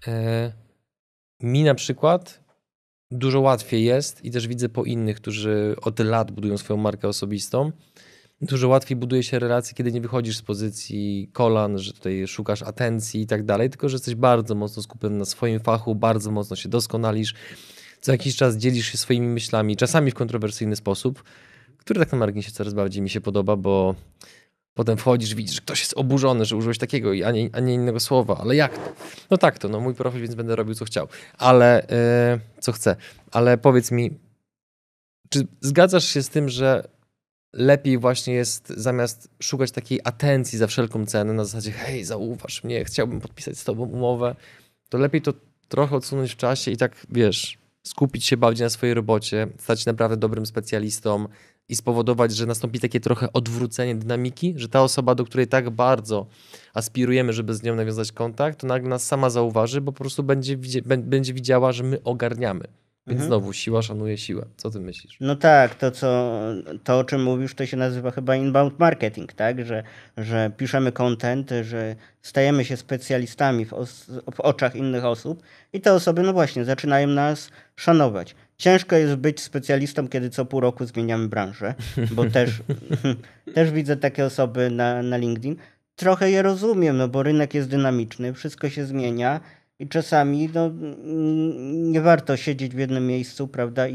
Mi na przykład dużo łatwiej jest i też widzę po innych, którzy od lat budują swoją markę osobistą, dużo łatwiej buduje się relacje, kiedy nie wychodzisz z pozycji kolan, że tutaj szukasz atencji i tak dalej, tylko że jesteś bardzo mocno skupiony na swoim fachu, bardzo mocno się doskonalisz. Co jakiś czas dzielisz się swoimi myślami, czasami w kontrowersyjny sposób, który tak na marginesie coraz bardziej mi się podoba, bo potem wchodzisz, widzisz, że ktoś jest oburzony, że użyłeś takiego, a nie innego słowa. Ale jak to? No tak to, no mój profil, więc będę robił co chciał. Ale co chcę. Ale powiedz mi, czy zgadzasz się z tym, że lepiej właśnie jest zamiast szukać takiej atencji za wszelką cenę, na zasadzie hej, zauważ mnie, chciałbym podpisać z tobą umowę, to lepiej to trochę odsunąć w czasie i tak, wiesz, skupić się bardziej na swojej robocie, stać się naprawdę dobrym specjalistą i spowodować, że nastąpi takie trochę odwrócenie dynamiki, że ta osoba, do której tak bardzo aspirujemy, żeby z nią nawiązać kontakt, to nagle nas sama zauważy, bo po prostu będzie widziała, że my ogarniamy. Więc znowu, siła szanuje siłę. Co ty myślisz? No tak, to o czym mówisz, to się nazywa chyba inbound marketing, tak? Że piszemy content, że stajemy się specjalistami w oczach innych osób i te osoby, no właśnie, zaczynają nas szanować. Ciężko jest być specjalistą, kiedy co pół roku zmieniamy branżę, bo też widzę takie osoby na LinkedIn. Trochę je rozumiem, no bo rynek jest dynamiczny, wszystko się zmienia. I czasami no, nie warto siedzieć w jednym miejscu, prawda,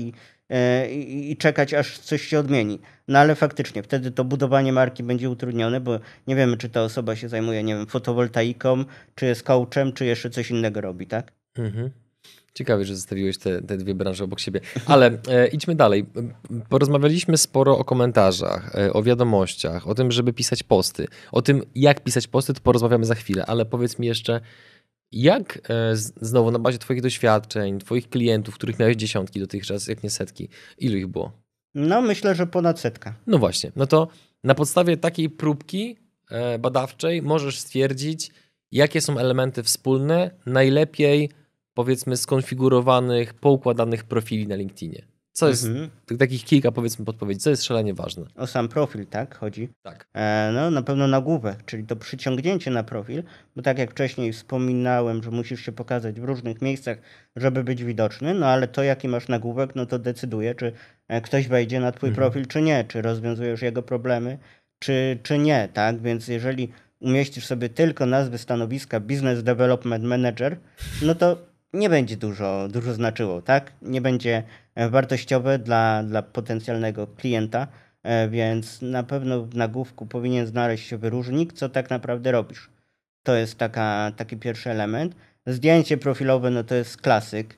i czekać, aż coś się odmieni. No ale faktycznie wtedy to budowanie marki będzie utrudnione, bo nie wiemy, czy ta osoba się zajmuje, nie wiem, fotowoltaiką, czy jest coachem, czy jeszcze coś innego robi, tak? Mhm. Ciekawe, że zostawiłeś te dwie branże obok siebie. Ale idźmy dalej. Porozmawialiśmy sporo o komentarzach, o wiadomościach, o tym, żeby pisać posty. O tym, jak pisać posty, to porozmawiamy za chwilę, ale powiedz mi jeszcze, jak znowu na bazie twoich doświadczeń, twoich klientów, których miałeś dziesiątki dotychczas, jak nie setki, ilu ich było? No myślę, że ponad 100. No właśnie, no to na podstawie takiej próbki badawczej możesz stwierdzić, jakie są elementy wspólne, najlepiej powiedzmy skonfigurowanych, poukładanych profili na LinkedInie. Co jest, takich kilka powiedzmy podpowiedzi, co jest szalenie ważne? O sam profil, tak? Chodzi? Tak. No na pewno nagłówek, czyli to przyciągnięcie na profil, bo tak jak wcześniej wspominałem, że musisz się pokazać w różnych miejscach, żeby być widoczny, no ale to jaki masz nagłówek, no to decyduje, czy ktoś wejdzie na twój profil, czy nie, czy rozwiązujesz jego problemy, czy nie, tak? Więc jeżeli umieścisz sobie tylko nazwę stanowiska Business Development Manager, no to nie będzie dużo znaczyło, tak? Nie będzie wartościowe dla potencjalnego klienta, więc na pewno w nagłówku powinien znaleźć się wyróżnik, co tak naprawdę robisz. To jest taki pierwszy element. Zdjęcie profilowe, no to jest klasyk.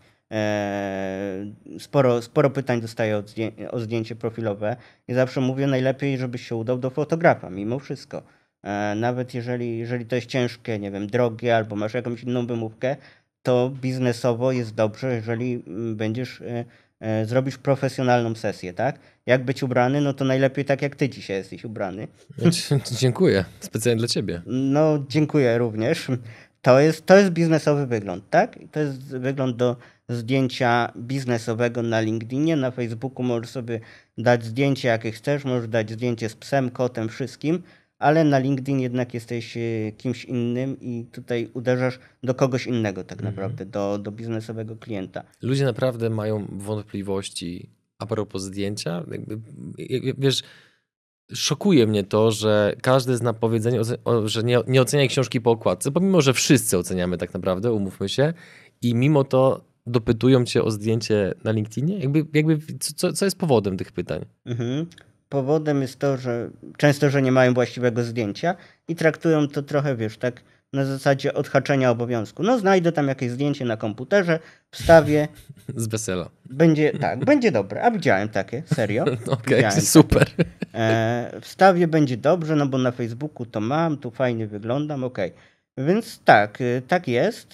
Sporo pytań dostaję o zdjęcie profilowe i zawsze mówię, najlepiej, żebyś się udał do fotografa, mimo wszystko. Nawet jeżeli to jest ciężkie, nie wiem, drogie, albo masz jakąś inną wymówkę, to biznesowo jest dobrze, jeżeli zrobisz profesjonalną sesję, tak? Jak być ubrany, no to najlepiej tak, jak ty dzisiaj jesteś ubrany. Dziękuję, specjalnie dla ciebie. No, dziękuję również. To jest biznesowy wygląd, tak? To jest wygląd do zdjęcia biznesowego na LinkedInie, na Facebooku możesz sobie dać zdjęcie, jakie chcesz, możesz dać zdjęcie z psem, kotem, wszystkim, ale na LinkedIn jednak jesteś kimś innym i tutaj uderzasz do kogoś innego tak naprawdę, do biznesowego klienta. Ludzie naprawdę mają wątpliwości a propos zdjęcia. Wiesz, szokuje mnie to, że każdy zna powiedzenie, że nie oceniaj książki po okładce, pomimo, że wszyscy oceniamy tak naprawdę, umówmy się, i mimo to dopytują cię o zdjęcie na LinkedInie? Co jest powodem tych pytań? Powodem jest to, że często, że nie mają właściwego zdjęcia i traktują to trochę, wiesz, tak na zasadzie odhaczenia obowiązku. No znajdę tam jakieś zdjęcie na komputerze, wstawię. Z wesela. Będzie dobre. A widziałem takie, serio. Okej, super. Wstawię, będzie dobrze, no bo na Facebooku to mam, tu fajnie wyglądam, okej. Więc tak jest.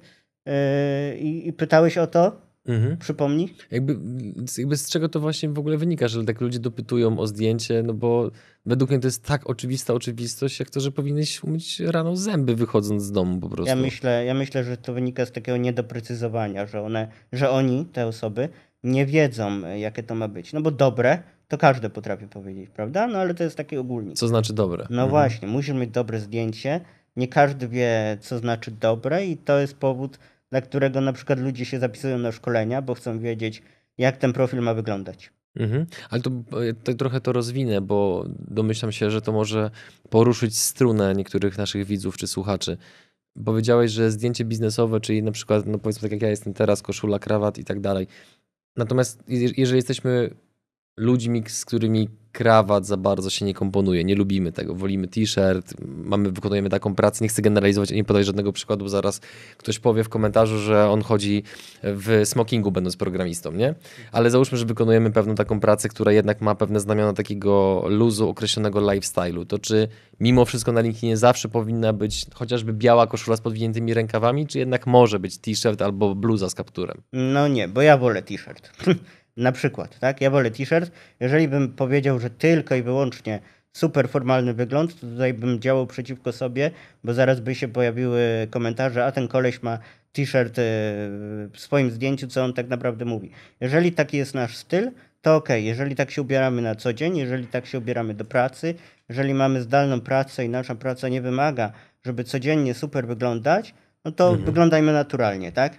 I pytałeś o to? Przypomnij. Jakby z czego to właśnie w ogóle wynika, że tak ludzie dopytują o zdjęcie, no bo według mnie to jest tak oczywista oczywistość, jak to, że powinieneś umyć rano zęby wychodząc z domu po prostu. Ja myślę, że to wynika z takiego niedoprecyzowania, że oni, te osoby, nie wiedzą, jakie to ma być. No bo dobre, to każdy potrafi powiedzieć, prawda? No ale to jest taki ogólnik. Co znaczy dobre? No właśnie, musisz mieć dobre zdjęcie. Nie każdy wie, co znaczy dobre i to jest powód, dla którego na przykład ludzie się zapisują na szkolenia, bo chcą wiedzieć, jak ten profil ma wyglądać. Ale to trochę to rozwinę, bo domyślam się, że to może poruszyć strunę niektórych naszych widzów czy słuchaczy. Powiedziałeś, że zdjęcie biznesowe, czyli na przykład, no powiedzmy tak jak ja jestem teraz, koszula, krawat i tak dalej. Natomiast jeżeli jesteśmy ludźmi, z którymi krawat za bardzo się nie komponuje, nie lubimy tego, wolimy t-shirt, wykonujemy taką pracę, nie chcę generalizować, nie podać żadnego przykładu, bo zaraz ktoś powie w komentarzu, że on chodzi w smokingu będąc programistą, nie? Ale załóżmy, że wykonujemy pewną taką pracę, która jednak ma pewne znamiona takiego luzu, określonego lifestyle'u, to czy mimo wszystko na LinkedInie zawsze powinna być chociażby biała koszula z podwiniętymi rękawami, czy jednak może być t-shirt albo bluza z kapturem? No nie, bo ja wolę t-shirt. Na przykład, tak? Ja wolę t-shirt. Jeżeli bym powiedział, że tylko i wyłącznie super formalny wygląd, to tutaj bym działał przeciwko sobie, bo zaraz by się pojawiły komentarze, a ten koleś ma t-shirt w swoim zdjęciu, co on tak naprawdę mówi. Jeżeli taki jest nasz styl, to okej. Jeżeli tak się ubieramy na co dzień, jeżeli tak się ubieramy do pracy, jeżeli mamy zdalną pracę i nasza praca nie wymaga, żeby codziennie super wyglądać, no to wyglądajmy naturalnie, tak?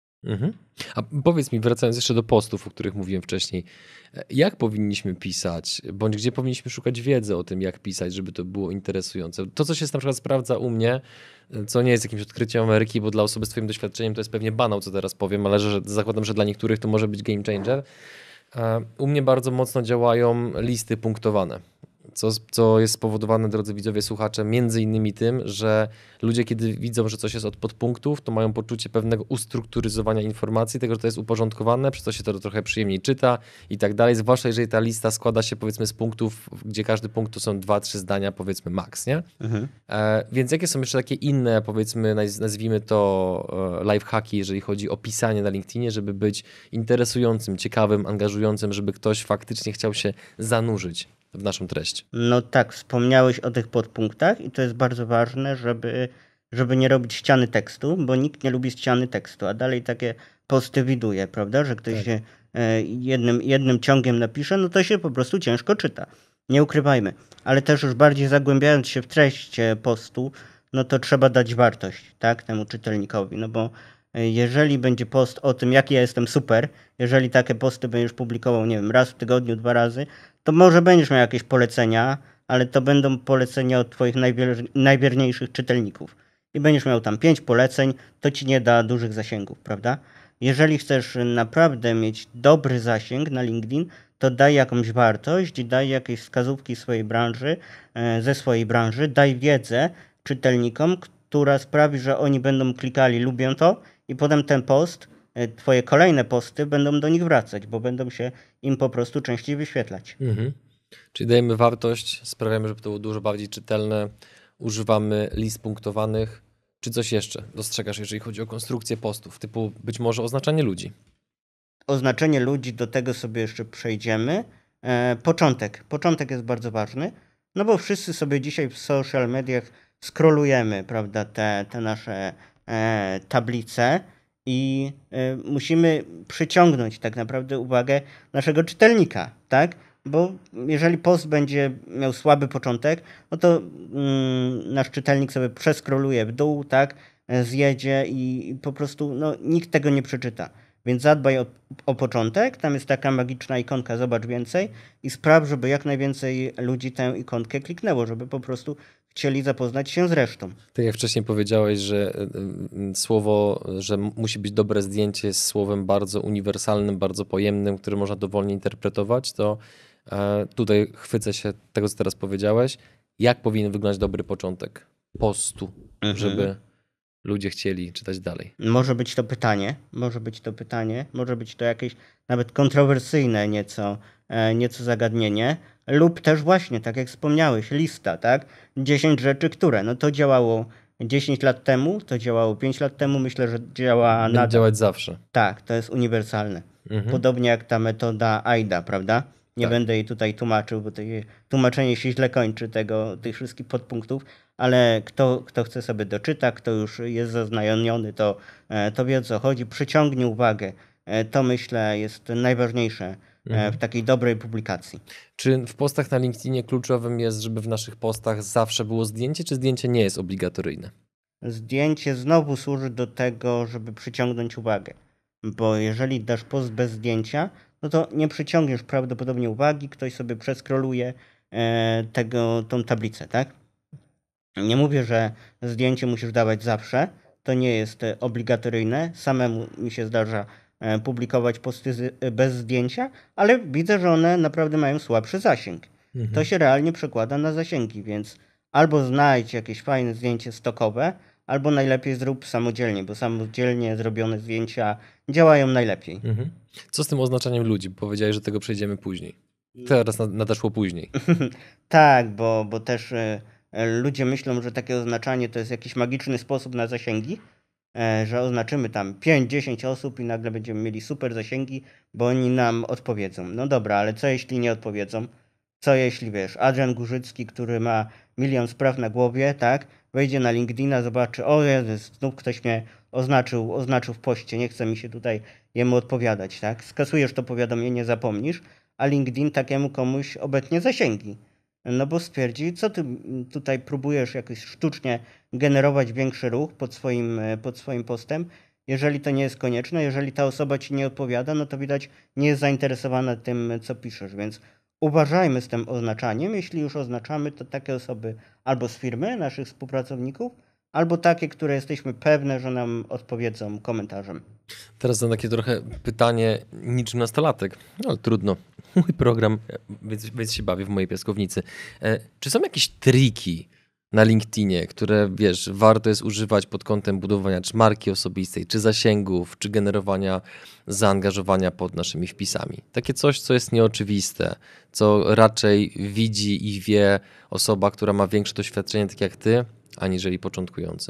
A powiedz mi, wracając jeszcze do postów, o których mówiłem wcześniej, jak powinniśmy pisać, bądź gdzie powinniśmy szukać wiedzy o tym, jak pisać, żeby to było interesujące? To, co się na przykład sprawdza u mnie, co nie jest jakimś odkryciem Ameryki, bo dla osoby z twoim doświadczeniem to jest pewnie banał, co teraz powiem, ale zakładam, że dla niektórych to może być game changer. U mnie bardzo mocno działają listy punktowane. Co jest spowodowane, drodzy widzowie, słuchacze, między innymi tym, że ludzie, kiedy widzą, że coś jest od podpunktów, to mają poczucie pewnego ustrukturyzowania informacji, tego, że to jest uporządkowane, przez to się to trochę przyjemniej czyta i tak dalej, zwłaszcza jeżeli ta lista składa się powiedzmy z punktów, gdzie każdy punkt to są 2-3 zdania powiedzmy max, nie? Więc jakie są jeszcze takie inne, powiedzmy, nazwijmy to lifehacki, jeżeli chodzi o pisanie na LinkedInie, żeby być interesującym, ciekawym, angażującym, żeby ktoś faktycznie chciał się zanurzyć w naszą treść? No tak, wspomniałeś o tych podpunktach i to jest bardzo ważne, żeby nie robić ściany tekstu, bo nikt nie lubi ściany tekstu, a dalej takie posty widuje, prawda, że ktoś się jednym ciągiem napisze, no to się po prostu ciężko czyta. Nie ukrywajmy, ale też już bardziej zagłębiając się w treść postu, no to trzeba dać wartość, tak, temu czytelnikowi, no bo jeżeli będzie post o tym, jaki ja jestem super, jeżeli takie posty będziesz publikował, nie wiem, raz w tygodniu, 2 razy, to może będziesz miał jakieś polecenia, ale to będą polecenia od twoich najwierniejszych czytelników. I będziesz miał tam 5 poleceń, to ci nie da dużych zasięgów, prawda? Jeżeli chcesz naprawdę mieć dobry zasięg na LinkedIn, to daj jakąś wartość, daj jakieś wskazówki swojej branży, ze swojej branży, daj wiedzę czytelnikom, która sprawi, że oni będą klikali, lubią to i potem ten post, twoje kolejne posty będą do nich wracać, bo będą się im po prostu częściej wyświetlać. Czyli dajemy wartość, sprawiamy, żeby to było dużo bardziej czytelne, używamy list punktowanych. Czy coś jeszcze dostrzegasz, jeżeli chodzi o konstrukcję postów, typu być może oznaczanie ludzi? Oznaczenie ludzi, do tego sobie jeszcze przejdziemy. Początek jest bardzo ważny, no bo wszyscy sobie dzisiaj w social mediach scrollujemy, prawda, te nasze tablice i musimy przyciągnąć tak naprawdę uwagę naszego czytelnika, tak? Bo jeżeli post będzie miał słaby początek, no to nasz czytelnik sobie przeskroluje w dół, tak? Zjedzie i po prostu no, nikt tego nie przeczyta. Więc zadbaj o początek, tam jest taka magiczna ikonka zobacz więcej i spraw, żeby jak najwięcej ludzi tę ikonkę kliknęło, żeby po prostu chcieli zapoznać się z resztą. Tak jak wcześniej powiedziałeś, że słowo, że musi być dobre zdjęcie jest słowem bardzo uniwersalnym, bardzo pojemnym, które można dowolnie interpretować, to tutaj chwycę się tego, co teraz powiedziałeś. Jak powinien wyglądać dobry początek postu, żeby ludzie chcieli czytać dalej? Może być to pytanie, może być to jakieś nawet kontrowersyjne nieco zagadnienie, lub też właśnie, tak jak wspomniałeś, lista, tak? 10 rzeczy, które, no to działało 10 lat temu, to działało 5 lat temu, myślę, że działa Będzie nadal. działać zawsze. Tak, to jest uniwersalne. Podobnie jak ta metoda AIDA, prawda? Nie będę jej tutaj tłumaczył, bo tłumaczenie się źle kończy tych wszystkich podpunktów, ale kto chce sobie doczyta, kto już jest zaznajomiony, to wie o co chodzi, przyciągnie uwagę. To myślę jest najważniejsze w takiej dobrej publikacji. Czy w postach na LinkedInie kluczowym jest, żeby w naszych postach zawsze było zdjęcie, czy zdjęcie nie jest obligatoryjne? zdjęcie znowu służy do tego, żeby przyciągnąć uwagę. Bo jeżeli dasz post bez zdjęcia, no to nie przyciągniesz prawdopodobnie uwagi, ktoś sobie przeskroluje tą tablicę, tak? Nie mówię, że zdjęcie musisz dawać zawsze, to nie jest obligatoryjne. Samemu mi się zdarza publikować posty bez zdjęcia, ale widzę, że one naprawdę mają słabszy zasięg. To się realnie przekłada na zasięgi, więc albo znajdź jakieś fajne zdjęcie stokowe, albo najlepiej zrób samodzielnie, bo samodzielnie zrobione zdjęcia działają najlepiej. Co z tym oznaczaniem ludzi? Powiedziałeś, że tego przejdziemy później. Teraz nadeszło później. Tak, bo też ludzie myślą, że takie oznaczanie to jest jakiś magiczny sposób na zasięgi, że oznaczymy tam 5-10 osób i nagle będziemy mieli super zasięgi, bo oni nam odpowiedzą. No dobra, ale co jeśli nie odpowiedzą? Co jeśli, wiesz, Adrian Górzycki, który ma 1 000 000 spraw na głowie, tak, wejdzie na LinkedIna, zobaczy, o Jezus, znów ktoś mnie oznaczył w poście, nie chce mi się tutaj jemu odpowiadać, tak? Skasujesz to powiadomienie, zapomnisz, a LinkedIn takiemu komuś obetnie zasięgi. No bo stwierdzi, co ty tutaj próbujesz jakoś sztucznie generować większy ruch pod swoim postem. Jeżeli to nie jest konieczne, jeżeli ta osoba ci nie odpowiada, no to widać, nie jest zainteresowana tym, co piszesz, więc uważajmy z tym oznaczaniem. Jeśli już oznaczamy, to takie osoby albo z firmy, naszych współpracowników, albo takie, które jesteśmy pewne, że nam odpowiedzą komentarzem. Teraz mam takie trochę pytanie niczym nastolatek, ale trudno. Mój program, więc się bawię w mojej piaskownicy. Czy są jakieś triki na LinkedInie, które wiesz, warto jest używać pod kątem budowania czy marki osobistej, czy zasięgów, czy generowania zaangażowania pod naszymi wpisami? Takie coś, co jest nieoczywiste, co raczej widzi i wie osoba, która ma większe doświadczenie, tak jak ty, aniżeli początkujący.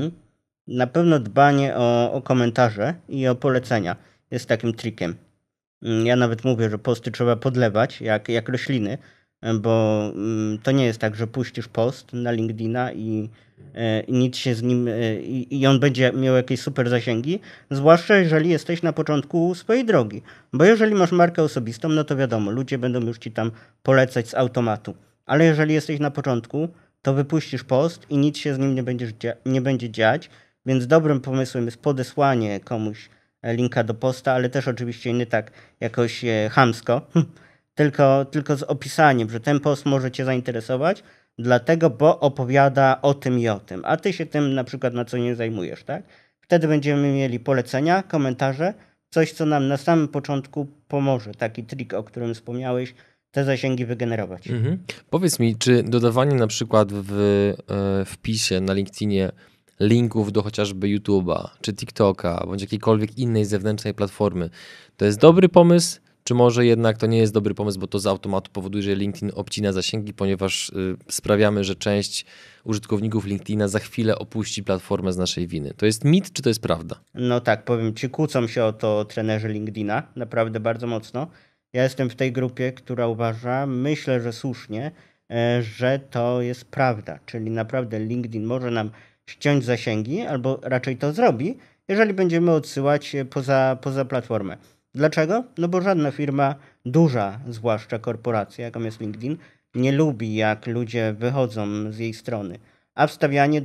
Na pewno dbanie o komentarze i o polecenia jest takim trikiem. Ja nawet mówię, że posty trzeba podlewać jak rośliny, bo to nie jest tak, że puścisz post na LinkedIna i nic się z nim i on będzie miał jakieś super zasięgi, zwłaszcza jeżeli jesteś na początku swojej drogi. Bo jeżeli masz markę osobistą, no to wiadomo, ludzie będą już ci tam polecać z automatu. Ale jeżeli jesteś na początku, to wypuścisz post i nic się z nim nie będzie dziać, więc dobrym pomysłem jest podesłanie komuś linka do posta, ale też oczywiście nie tak jakoś chamsko, tylko z opisaniem, że ten post może cię zainteresować, dlatego, bo opowiada o tym i o tym, a ty się tym na przykład na co nie zajmujesz, tak? Wtedy będziemy mieli polecenia, komentarze, coś, co nam na samym początku pomoże, taki trik, o którym wspomniałeś, te zasięgi wygenerować. Powiedz mi, czy dodawanie na przykład w wpisie na LinkedInie linków do chociażby YouTube'a, czy TikToka, bądź jakiejkolwiek innej zewnętrznej platformy, to jest dobry pomysł, czy może jednak to nie jest dobry pomysł, bo to z automatu powoduje, że LinkedIn obcina zasięgi, ponieważ sprawiamy, że część użytkowników LinkedIna za chwilę opuści platformę z naszej winy. To jest mit, czy to jest prawda? No tak, powiem ci, kłócą się o to trenerzy LinkedIna, naprawdę bardzo mocno. Ja jestem w tej grupie, która uważa, myślę, że słusznie, że to jest prawda, czyli naprawdę LinkedIn może nam ściąć zasięgi, albo raczej to zrobi, jeżeli będziemy odsyłać poza platformę. Dlaczego? No bo żadna firma, duża zwłaszcza korporacja, jaką jest LinkedIn, nie lubi, jak ludzie wychodzą z jej strony. A wstawianie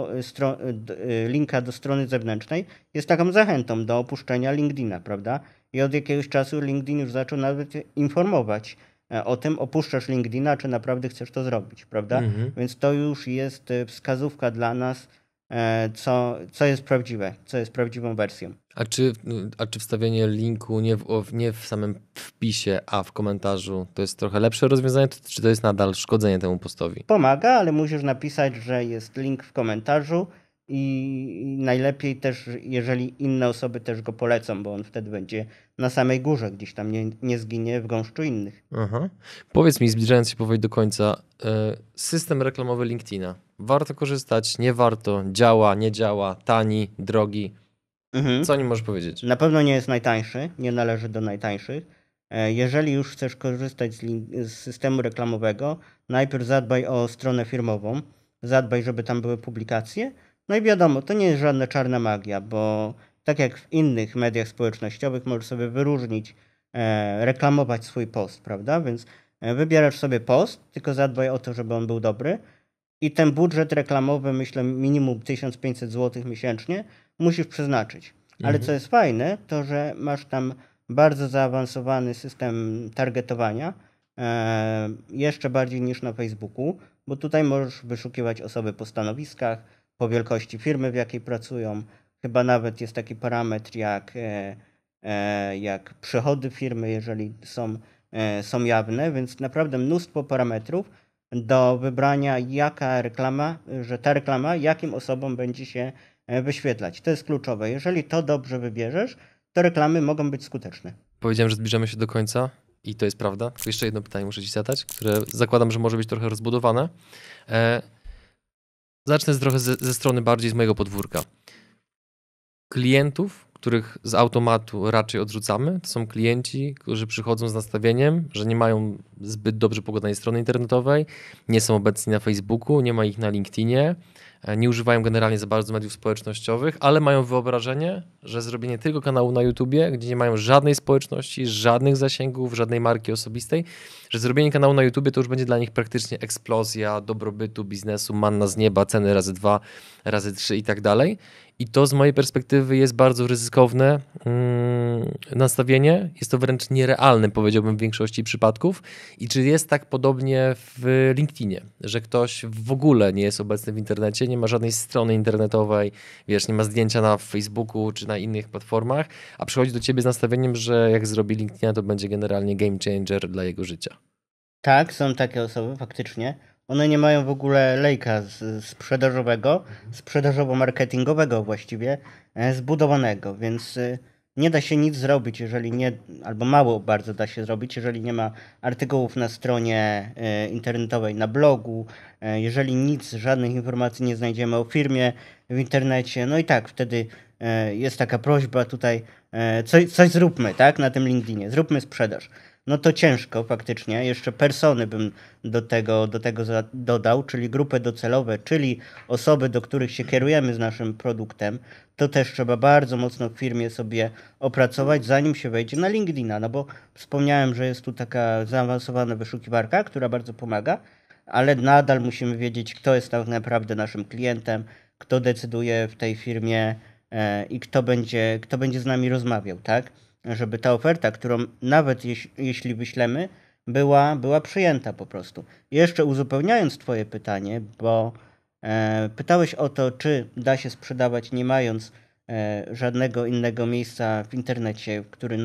linka do strony zewnętrznej jest taką zachętą do opuszczenia LinkedIna, prawda? I od jakiegoś czasu LinkedIn już zaczął nawet informować o tym, opuszczasz LinkedIna, czy naprawdę chcesz to zrobić, prawda? Więc to już jest wskazówka dla nas, co jest prawdziwe, co jest prawdziwą wersją. A czy wstawienie linku nie w samym wpisie, a w komentarzu to jest trochę lepsze rozwiązanie, czy to jest nadal szkodzenie temu postowi? Pomaga, ale musisz napisać, że jest link w komentarzu i najlepiej też, jeżeli inne osoby też go polecą, bo on wtedy będzie na samej górze, gdzieś tam nie zginie w gąszczu innych. Aha. Powiedz mi, zbliżając się powoli do końca, system reklamowy LinkedIna. Warto korzystać, nie warto, działa, nie działa, tani, drogi. Co o nim możesz powiedzieć? Na pewno nie jest najtańszy, nie należy do najtańszych. Jeżeli już chcesz korzystać z systemu reklamowego, najpierw zadbaj o stronę firmową, zadbaj, żeby tam były publikacje. No i wiadomo, to nie jest żadna czarna magia, bo tak jak w innych mediach społecznościowych możesz sobie wyróżnić, reklamować swój post, prawda? Więc wybierasz sobie post, tylko zadbaj o to, żeby on był dobry. i ten budżet reklamowy, myślę, minimum 1500 zł miesięcznie musisz przeznaczyć. Ale co jest fajne, to że masz tam bardzo zaawansowany system targetowania, jeszcze bardziej niż na Facebooku, bo tutaj możesz wyszukiwać osoby po stanowiskach, po wielkości firmy, w jakiej pracują. Chyba nawet jest taki parametr jak przychody firmy, jeżeli są jawne, więc naprawdę mnóstwo parametrów do wybrania, że ta reklama jakim osobom będzie się wyświetlać. To jest kluczowe. Jeżeli to dobrze wybierzesz, to reklamy mogą być skuteczne. Powiedziałem, że zbliżamy się do końca i to jest prawda. Tylko jeszcze jedno pytanie muszę ci zadać, które zakładam, że może być trochę rozbudowane. Zacznę trochę ze strony bardziej z mojego podwórka. Klientów, których z automatu raczej odrzucamy, to są klienci, którzy przychodzą z nastawieniem, że nie mają zbyt dobrze pogodanej strony internetowej, nie są obecni na Facebooku, nie ma ich na LinkedInie, nie używają generalnie za bardzo mediów społecznościowych, ale mają wyobrażenie, że zrobienie tylko kanału na YouTubie, gdzie nie mają żadnej społeczności, żadnych zasięgów, żadnej marki osobistej, że zrobienie kanału na YouTubie to już będzie dla nich praktycznie eksplozja dobrobytu, biznesu, manna z nieba, ceny razy 2, razy 3 i tak dalej. I to z mojej perspektywy jest bardzo ryzykowne nastawienie. Jest to wręcz nierealne, powiedziałbym, w większości przypadków. I czy jest tak podobnie w LinkedInie, że ktoś w ogóle nie jest obecny w internecie, nie ma żadnej strony internetowej, wiesz, nie ma zdjęcia na Facebooku czy na innych platformach, a przychodzi do ciebie z nastawieniem, że jak zrobi LinkedIna, to będzie generalnie game changer dla jego życia. Tak, są takie osoby faktycznie. One nie mają w ogóle lejka sprzedażowego, sprzedażowo-marketingowego właściwie, zbudowanego, więc nie da się nic zrobić, jeżeli nie, albo mało bardzo da się zrobić, jeżeli nie ma artykułów na stronie internetowej, na blogu, jeżeli żadnych informacji nie znajdziemy o firmie w internecie, no i tak, wtedy jest taka prośba tutaj, coś zróbmy, tak, na tym LinkedInie, zróbmy sprzedaż. No to ciężko faktycznie. Jeszcze persony bym do tego dodał, czyli grupy docelowe, czyli osoby, do których się kierujemy z naszym produktem. To też trzeba bardzo mocno w firmie sobie opracować, zanim się wejdzie na LinkedIna. No bo wspomniałem, że jest tu taka zaawansowana wyszukiwarka, która bardzo pomaga, ale nadal musimy wiedzieć, kto jest tak naprawdę naszym klientem, kto decyduje w tej firmie i kto będzie z nami rozmawiał, tak? Żeby ta oferta, którą nawet jeśli wyślemy, była przyjęta po prostu. Jeszcze uzupełniając twoje pytanie, bo pytałeś o to, czy da się sprzedawać nie mając żadnego innego miejsca w internecie, w którym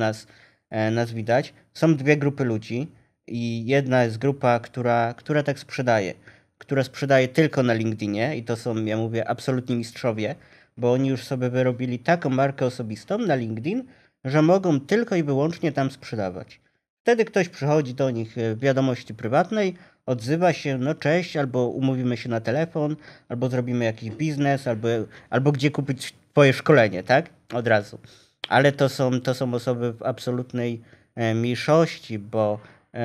nas widać. Są dwie grupy ludzi i jedna jest grupa, która tak sprzedaje, która sprzedaje tylko na LinkedInie i to są, ja mówię, absolutni mistrzowie, bo oni już sobie wyrobili taką markę osobistą na LinkedIn, że mogą tylko i wyłącznie tam sprzedawać. Wtedy ktoś przychodzi do nich w wiadomości prywatnej, odzywa się, no cześć, albo umówimy się na telefon, albo zrobimy jakiś biznes, albo gdzie kupić twoje szkolenie, tak? Od razu. Ale to są osoby w absolutnej mniejszości, bo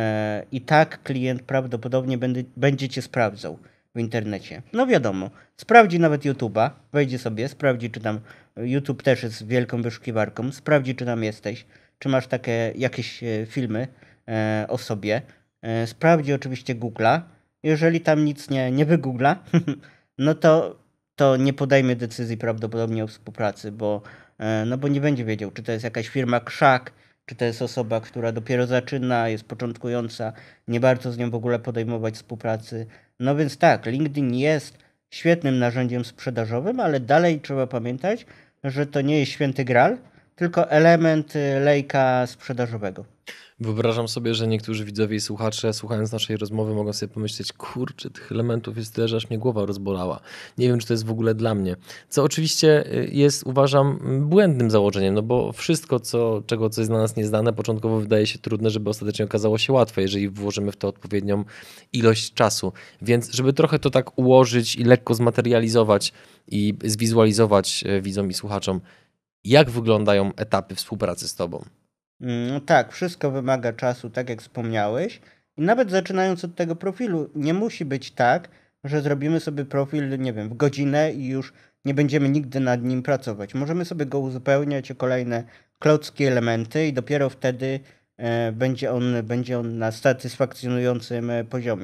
i tak klient prawdopodobnie będzie cię sprawdzał w internecie. No wiadomo, sprawdzi nawet YouTube'a, wejdzie sobie, sprawdzi, czy tam YouTube też jest wielką wyszukiwarką, sprawdzi, czy tam jesteś, czy masz takie jakieś filmy o sobie, sprawdzi oczywiście Google'a. Jeżeli tam nic nie wygoogla, no to nie podejmie decyzji prawdopodobnie o współpracy, bo nie będzie wiedział, czy to jest jakaś firma krzak, czy to jest osoba, która dopiero zaczyna, jest początkująca, nie warto z nią w ogóle podejmować współpracy. No więc tak, LinkedIn jest świetnym narzędziem sprzedażowym, ale dalej trzeba pamiętać, że to nie jest święty gral, tylko element lejka sprzedażowego. Wyobrażam sobie, że niektórzy widzowie i słuchacze, słuchając naszej rozmowy, mogą sobie pomyśleć, kurczę, tych elementów jest tyle, że aż mnie głowa rozbolała. Nie wiem, czy to jest w ogóle dla mnie. Co oczywiście jest, uważam, błędnym założeniem, no bo wszystko, co jest dla nas nieznane, początkowo wydaje się trudne, żeby ostatecznie okazało się łatwe, jeżeli włożymy w to odpowiednią ilość czasu. Więc żeby trochę to tak ułożyć i lekko zmaterializować i zwizualizować widzom i słuchaczom, jak wyglądają etapy współpracy z tobą? No tak, wszystko wymaga czasu, tak jak wspomniałeś. I nawet zaczynając od tego profilu, nie musi być tak, że zrobimy sobie profil, nie wiem, w godzinę i już nie będziemy nigdy nad nim pracować. Możemy sobie go uzupełniać o kolejne klocki, elementy i dopiero wtedy będzie on na satysfakcjonującym poziomie.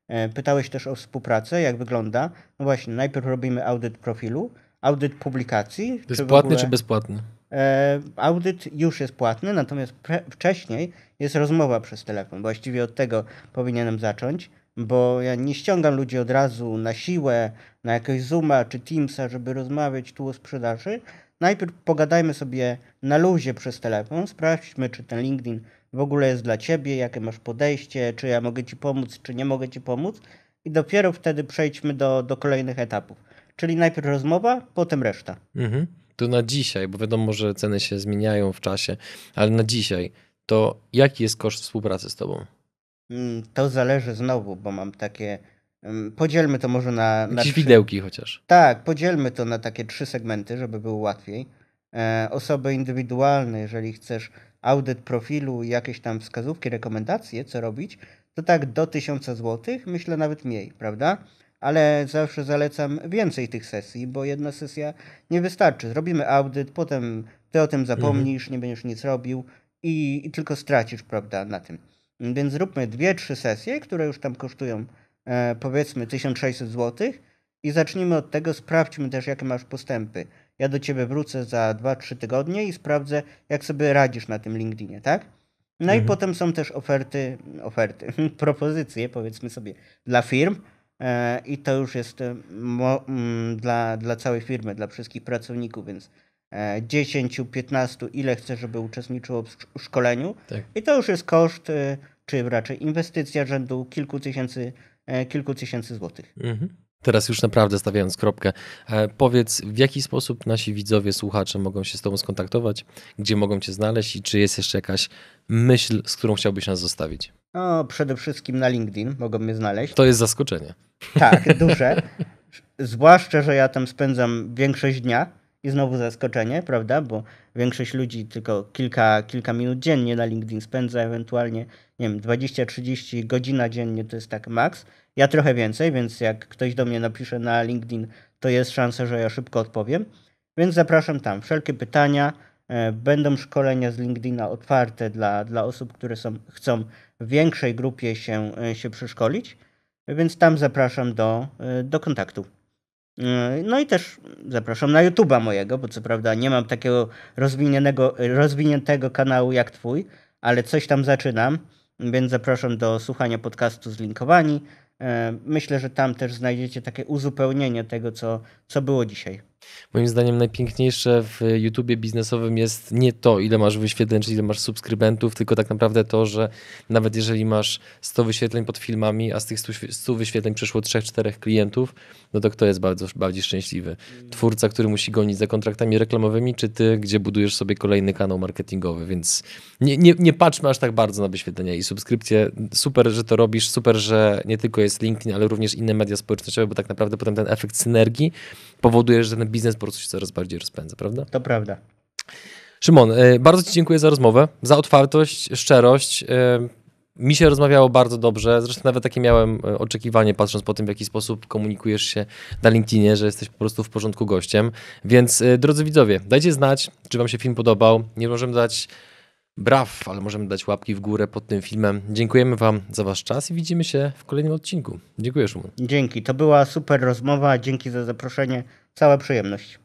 Pytałeś też o współpracę, jak wygląda. No właśnie, najpierw robimy audyt profilu, audyt publikacji. To jest płatny czy bezpłatny? Audyt już jest płatny, natomiast wcześniej jest rozmowa przez telefon. Właściwie od tego powinienem zacząć, bo ja nie ściągam ludzi od razu na siłę, na jakiegoś Zooma czy Teamsa, żeby rozmawiać tu o sprzedaży. Najpierw pogadajmy sobie na luzie przez telefon, sprawdźmy, czy ten LinkedIn w ogóle jest dla ciebie, jakie masz podejście, czy ja mogę ci pomóc, czy nie mogę ci pomóc i dopiero wtedy przejdźmy do kolejnych etapów. Czyli najpierw rozmowa, potem reszta. To na dzisiaj, bo wiadomo, że ceny się zmieniają w czasie, ale na dzisiaj, to jaki jest koszt współpracy z tobą? To zależy znowu, bo mam takie... Podzielmy to może na jakieś widełki chociaż. Tak, podzielmy to na takie 3 segmenty, żeby było łatwiej. Osoby indywidualne, jeżeli chcesz audyt profilu i jakieś tam wskazówki, rekomendacje, co robić, to tak do 1000 zł, myślę nawet mniej, prawda? Ale zawsze zalecam więcej tych sesji, bo jedna sesja nie wystarczy. Zrobimy audyt, potem ty o tym zapomnisz, nie będziesz nic robił i tylko stracisz, prawda, na tym. Więc zróbmy 2-3 sesje, które już tam kosztują powiedzmy 1600 zł i zacznijmy od tego, sprawdźmy też, jakie masz postępy. Ja do ciebie wrócę za 2-3 tygodnie i sprawdzę, jak sobie radzisz na tym LinkedInie, tak? No i potem są też oferty, propozycje, powiedzmy sobie, dla firm i to już jest dla całej firmy, dla wszystkich pracowników, więc 10, 15, ile chcesz, żeby uczestniczyło w szkoleniu. Tak. I to już jest koszt, czy raczej inwestycja rzędu kilku tysięcy złotych. Teraz już naprawdę stawiając kropkę, powiedz, w jaki sposób nasi widzowie, słuchacze mogą się z tobą skontaktować, gdzie mogą cię znaleźć i czy jest jeszcze jakaś myśl, z którą chciałbyś nas zostawić? No, przede wszystkim na LinkedIn mogą mnie znaleźć. To jest zaskoczenie. Tak, duże. Zwłaszcza, że ja tam spędzam większość dnia i znowu zaskoczenie, prawda? Bo większość ludzi tylko kilka minut dziennie na LinkedIn spędza, ewentualnie, nie wiem, 20-30 godzina dziennie to jest tak maks. Ja trochę więcej, więc jak ktoś do mnie napisze na LinkedIn, to jest szansa, że ja szybko odpowiem. Więc zapraszam tam. Wszelkie pytania, będą szkolenia z LinkedIna otwarte dla osób, które chcą w większej grupie się przeszkolić, więc tam zapraszam do kontaktu. No i też zapraszam na YouTube'a mojego, bo co prawda nie mam takiego rozwiniętego kanału jak twój, ale coś tam zaczynam, więc zapraszam do słuchania podcastu Zlinkowani. Myślę, że tam też znajdziecie takie uzupełnienie tego, co było dzisiaj. Moim zdaniem najpiękniejsze w YouTubie biznesowym jest nie to, ile masz wyświetleń, czy ile masz subskrybentów, tylko tak naprawdę to, że nawet jeżeli masz 100 wyświetleń pod filmami, a z tych 100 wyświetleń przyszło 3-4 klientów, no to kto jest bardziej szczęśliwy? Twórca, który musi gonić za kontraktami reklamowymi, czy ty, gdzie budujesz sobie kolejny kanał marketingowy, więc nie patrzmy aż tak bardzo na wyświetlenia i subskrypcje. Super, że to robisz, super, że nie tylko jest LinkedIn, ale również inne media społecznościowe, bo tak naprawdę potem ten efekt synergii powoduje, że ten biznes po prostu się coraz bardziej rozpędza, prawda? To prawda. Szymon, bardzo ci dziękuję za rozmowę, za otwartość, szczerość. Mi się rozmawiało bardzo dobrze, zresztą nawet takie miałem oczekiwanie, patrząc po tym, w jaki sposób komunikujesz się na LinkedInie, że jesteś po prostu w porządku gościem. Więc drodzy widzowie, dajcie znać, czy wam się film podobał. Nie możemy dać braw, ale możemy dać łapki w górę pod tym filmem. Dziękujemy wam za wasz czas i widzimy się w kolejnym odcinku. Dziękuję, Szymon. Dzięki, to była super rozmowa, dzięki za zaproszenie, cała przyjemność.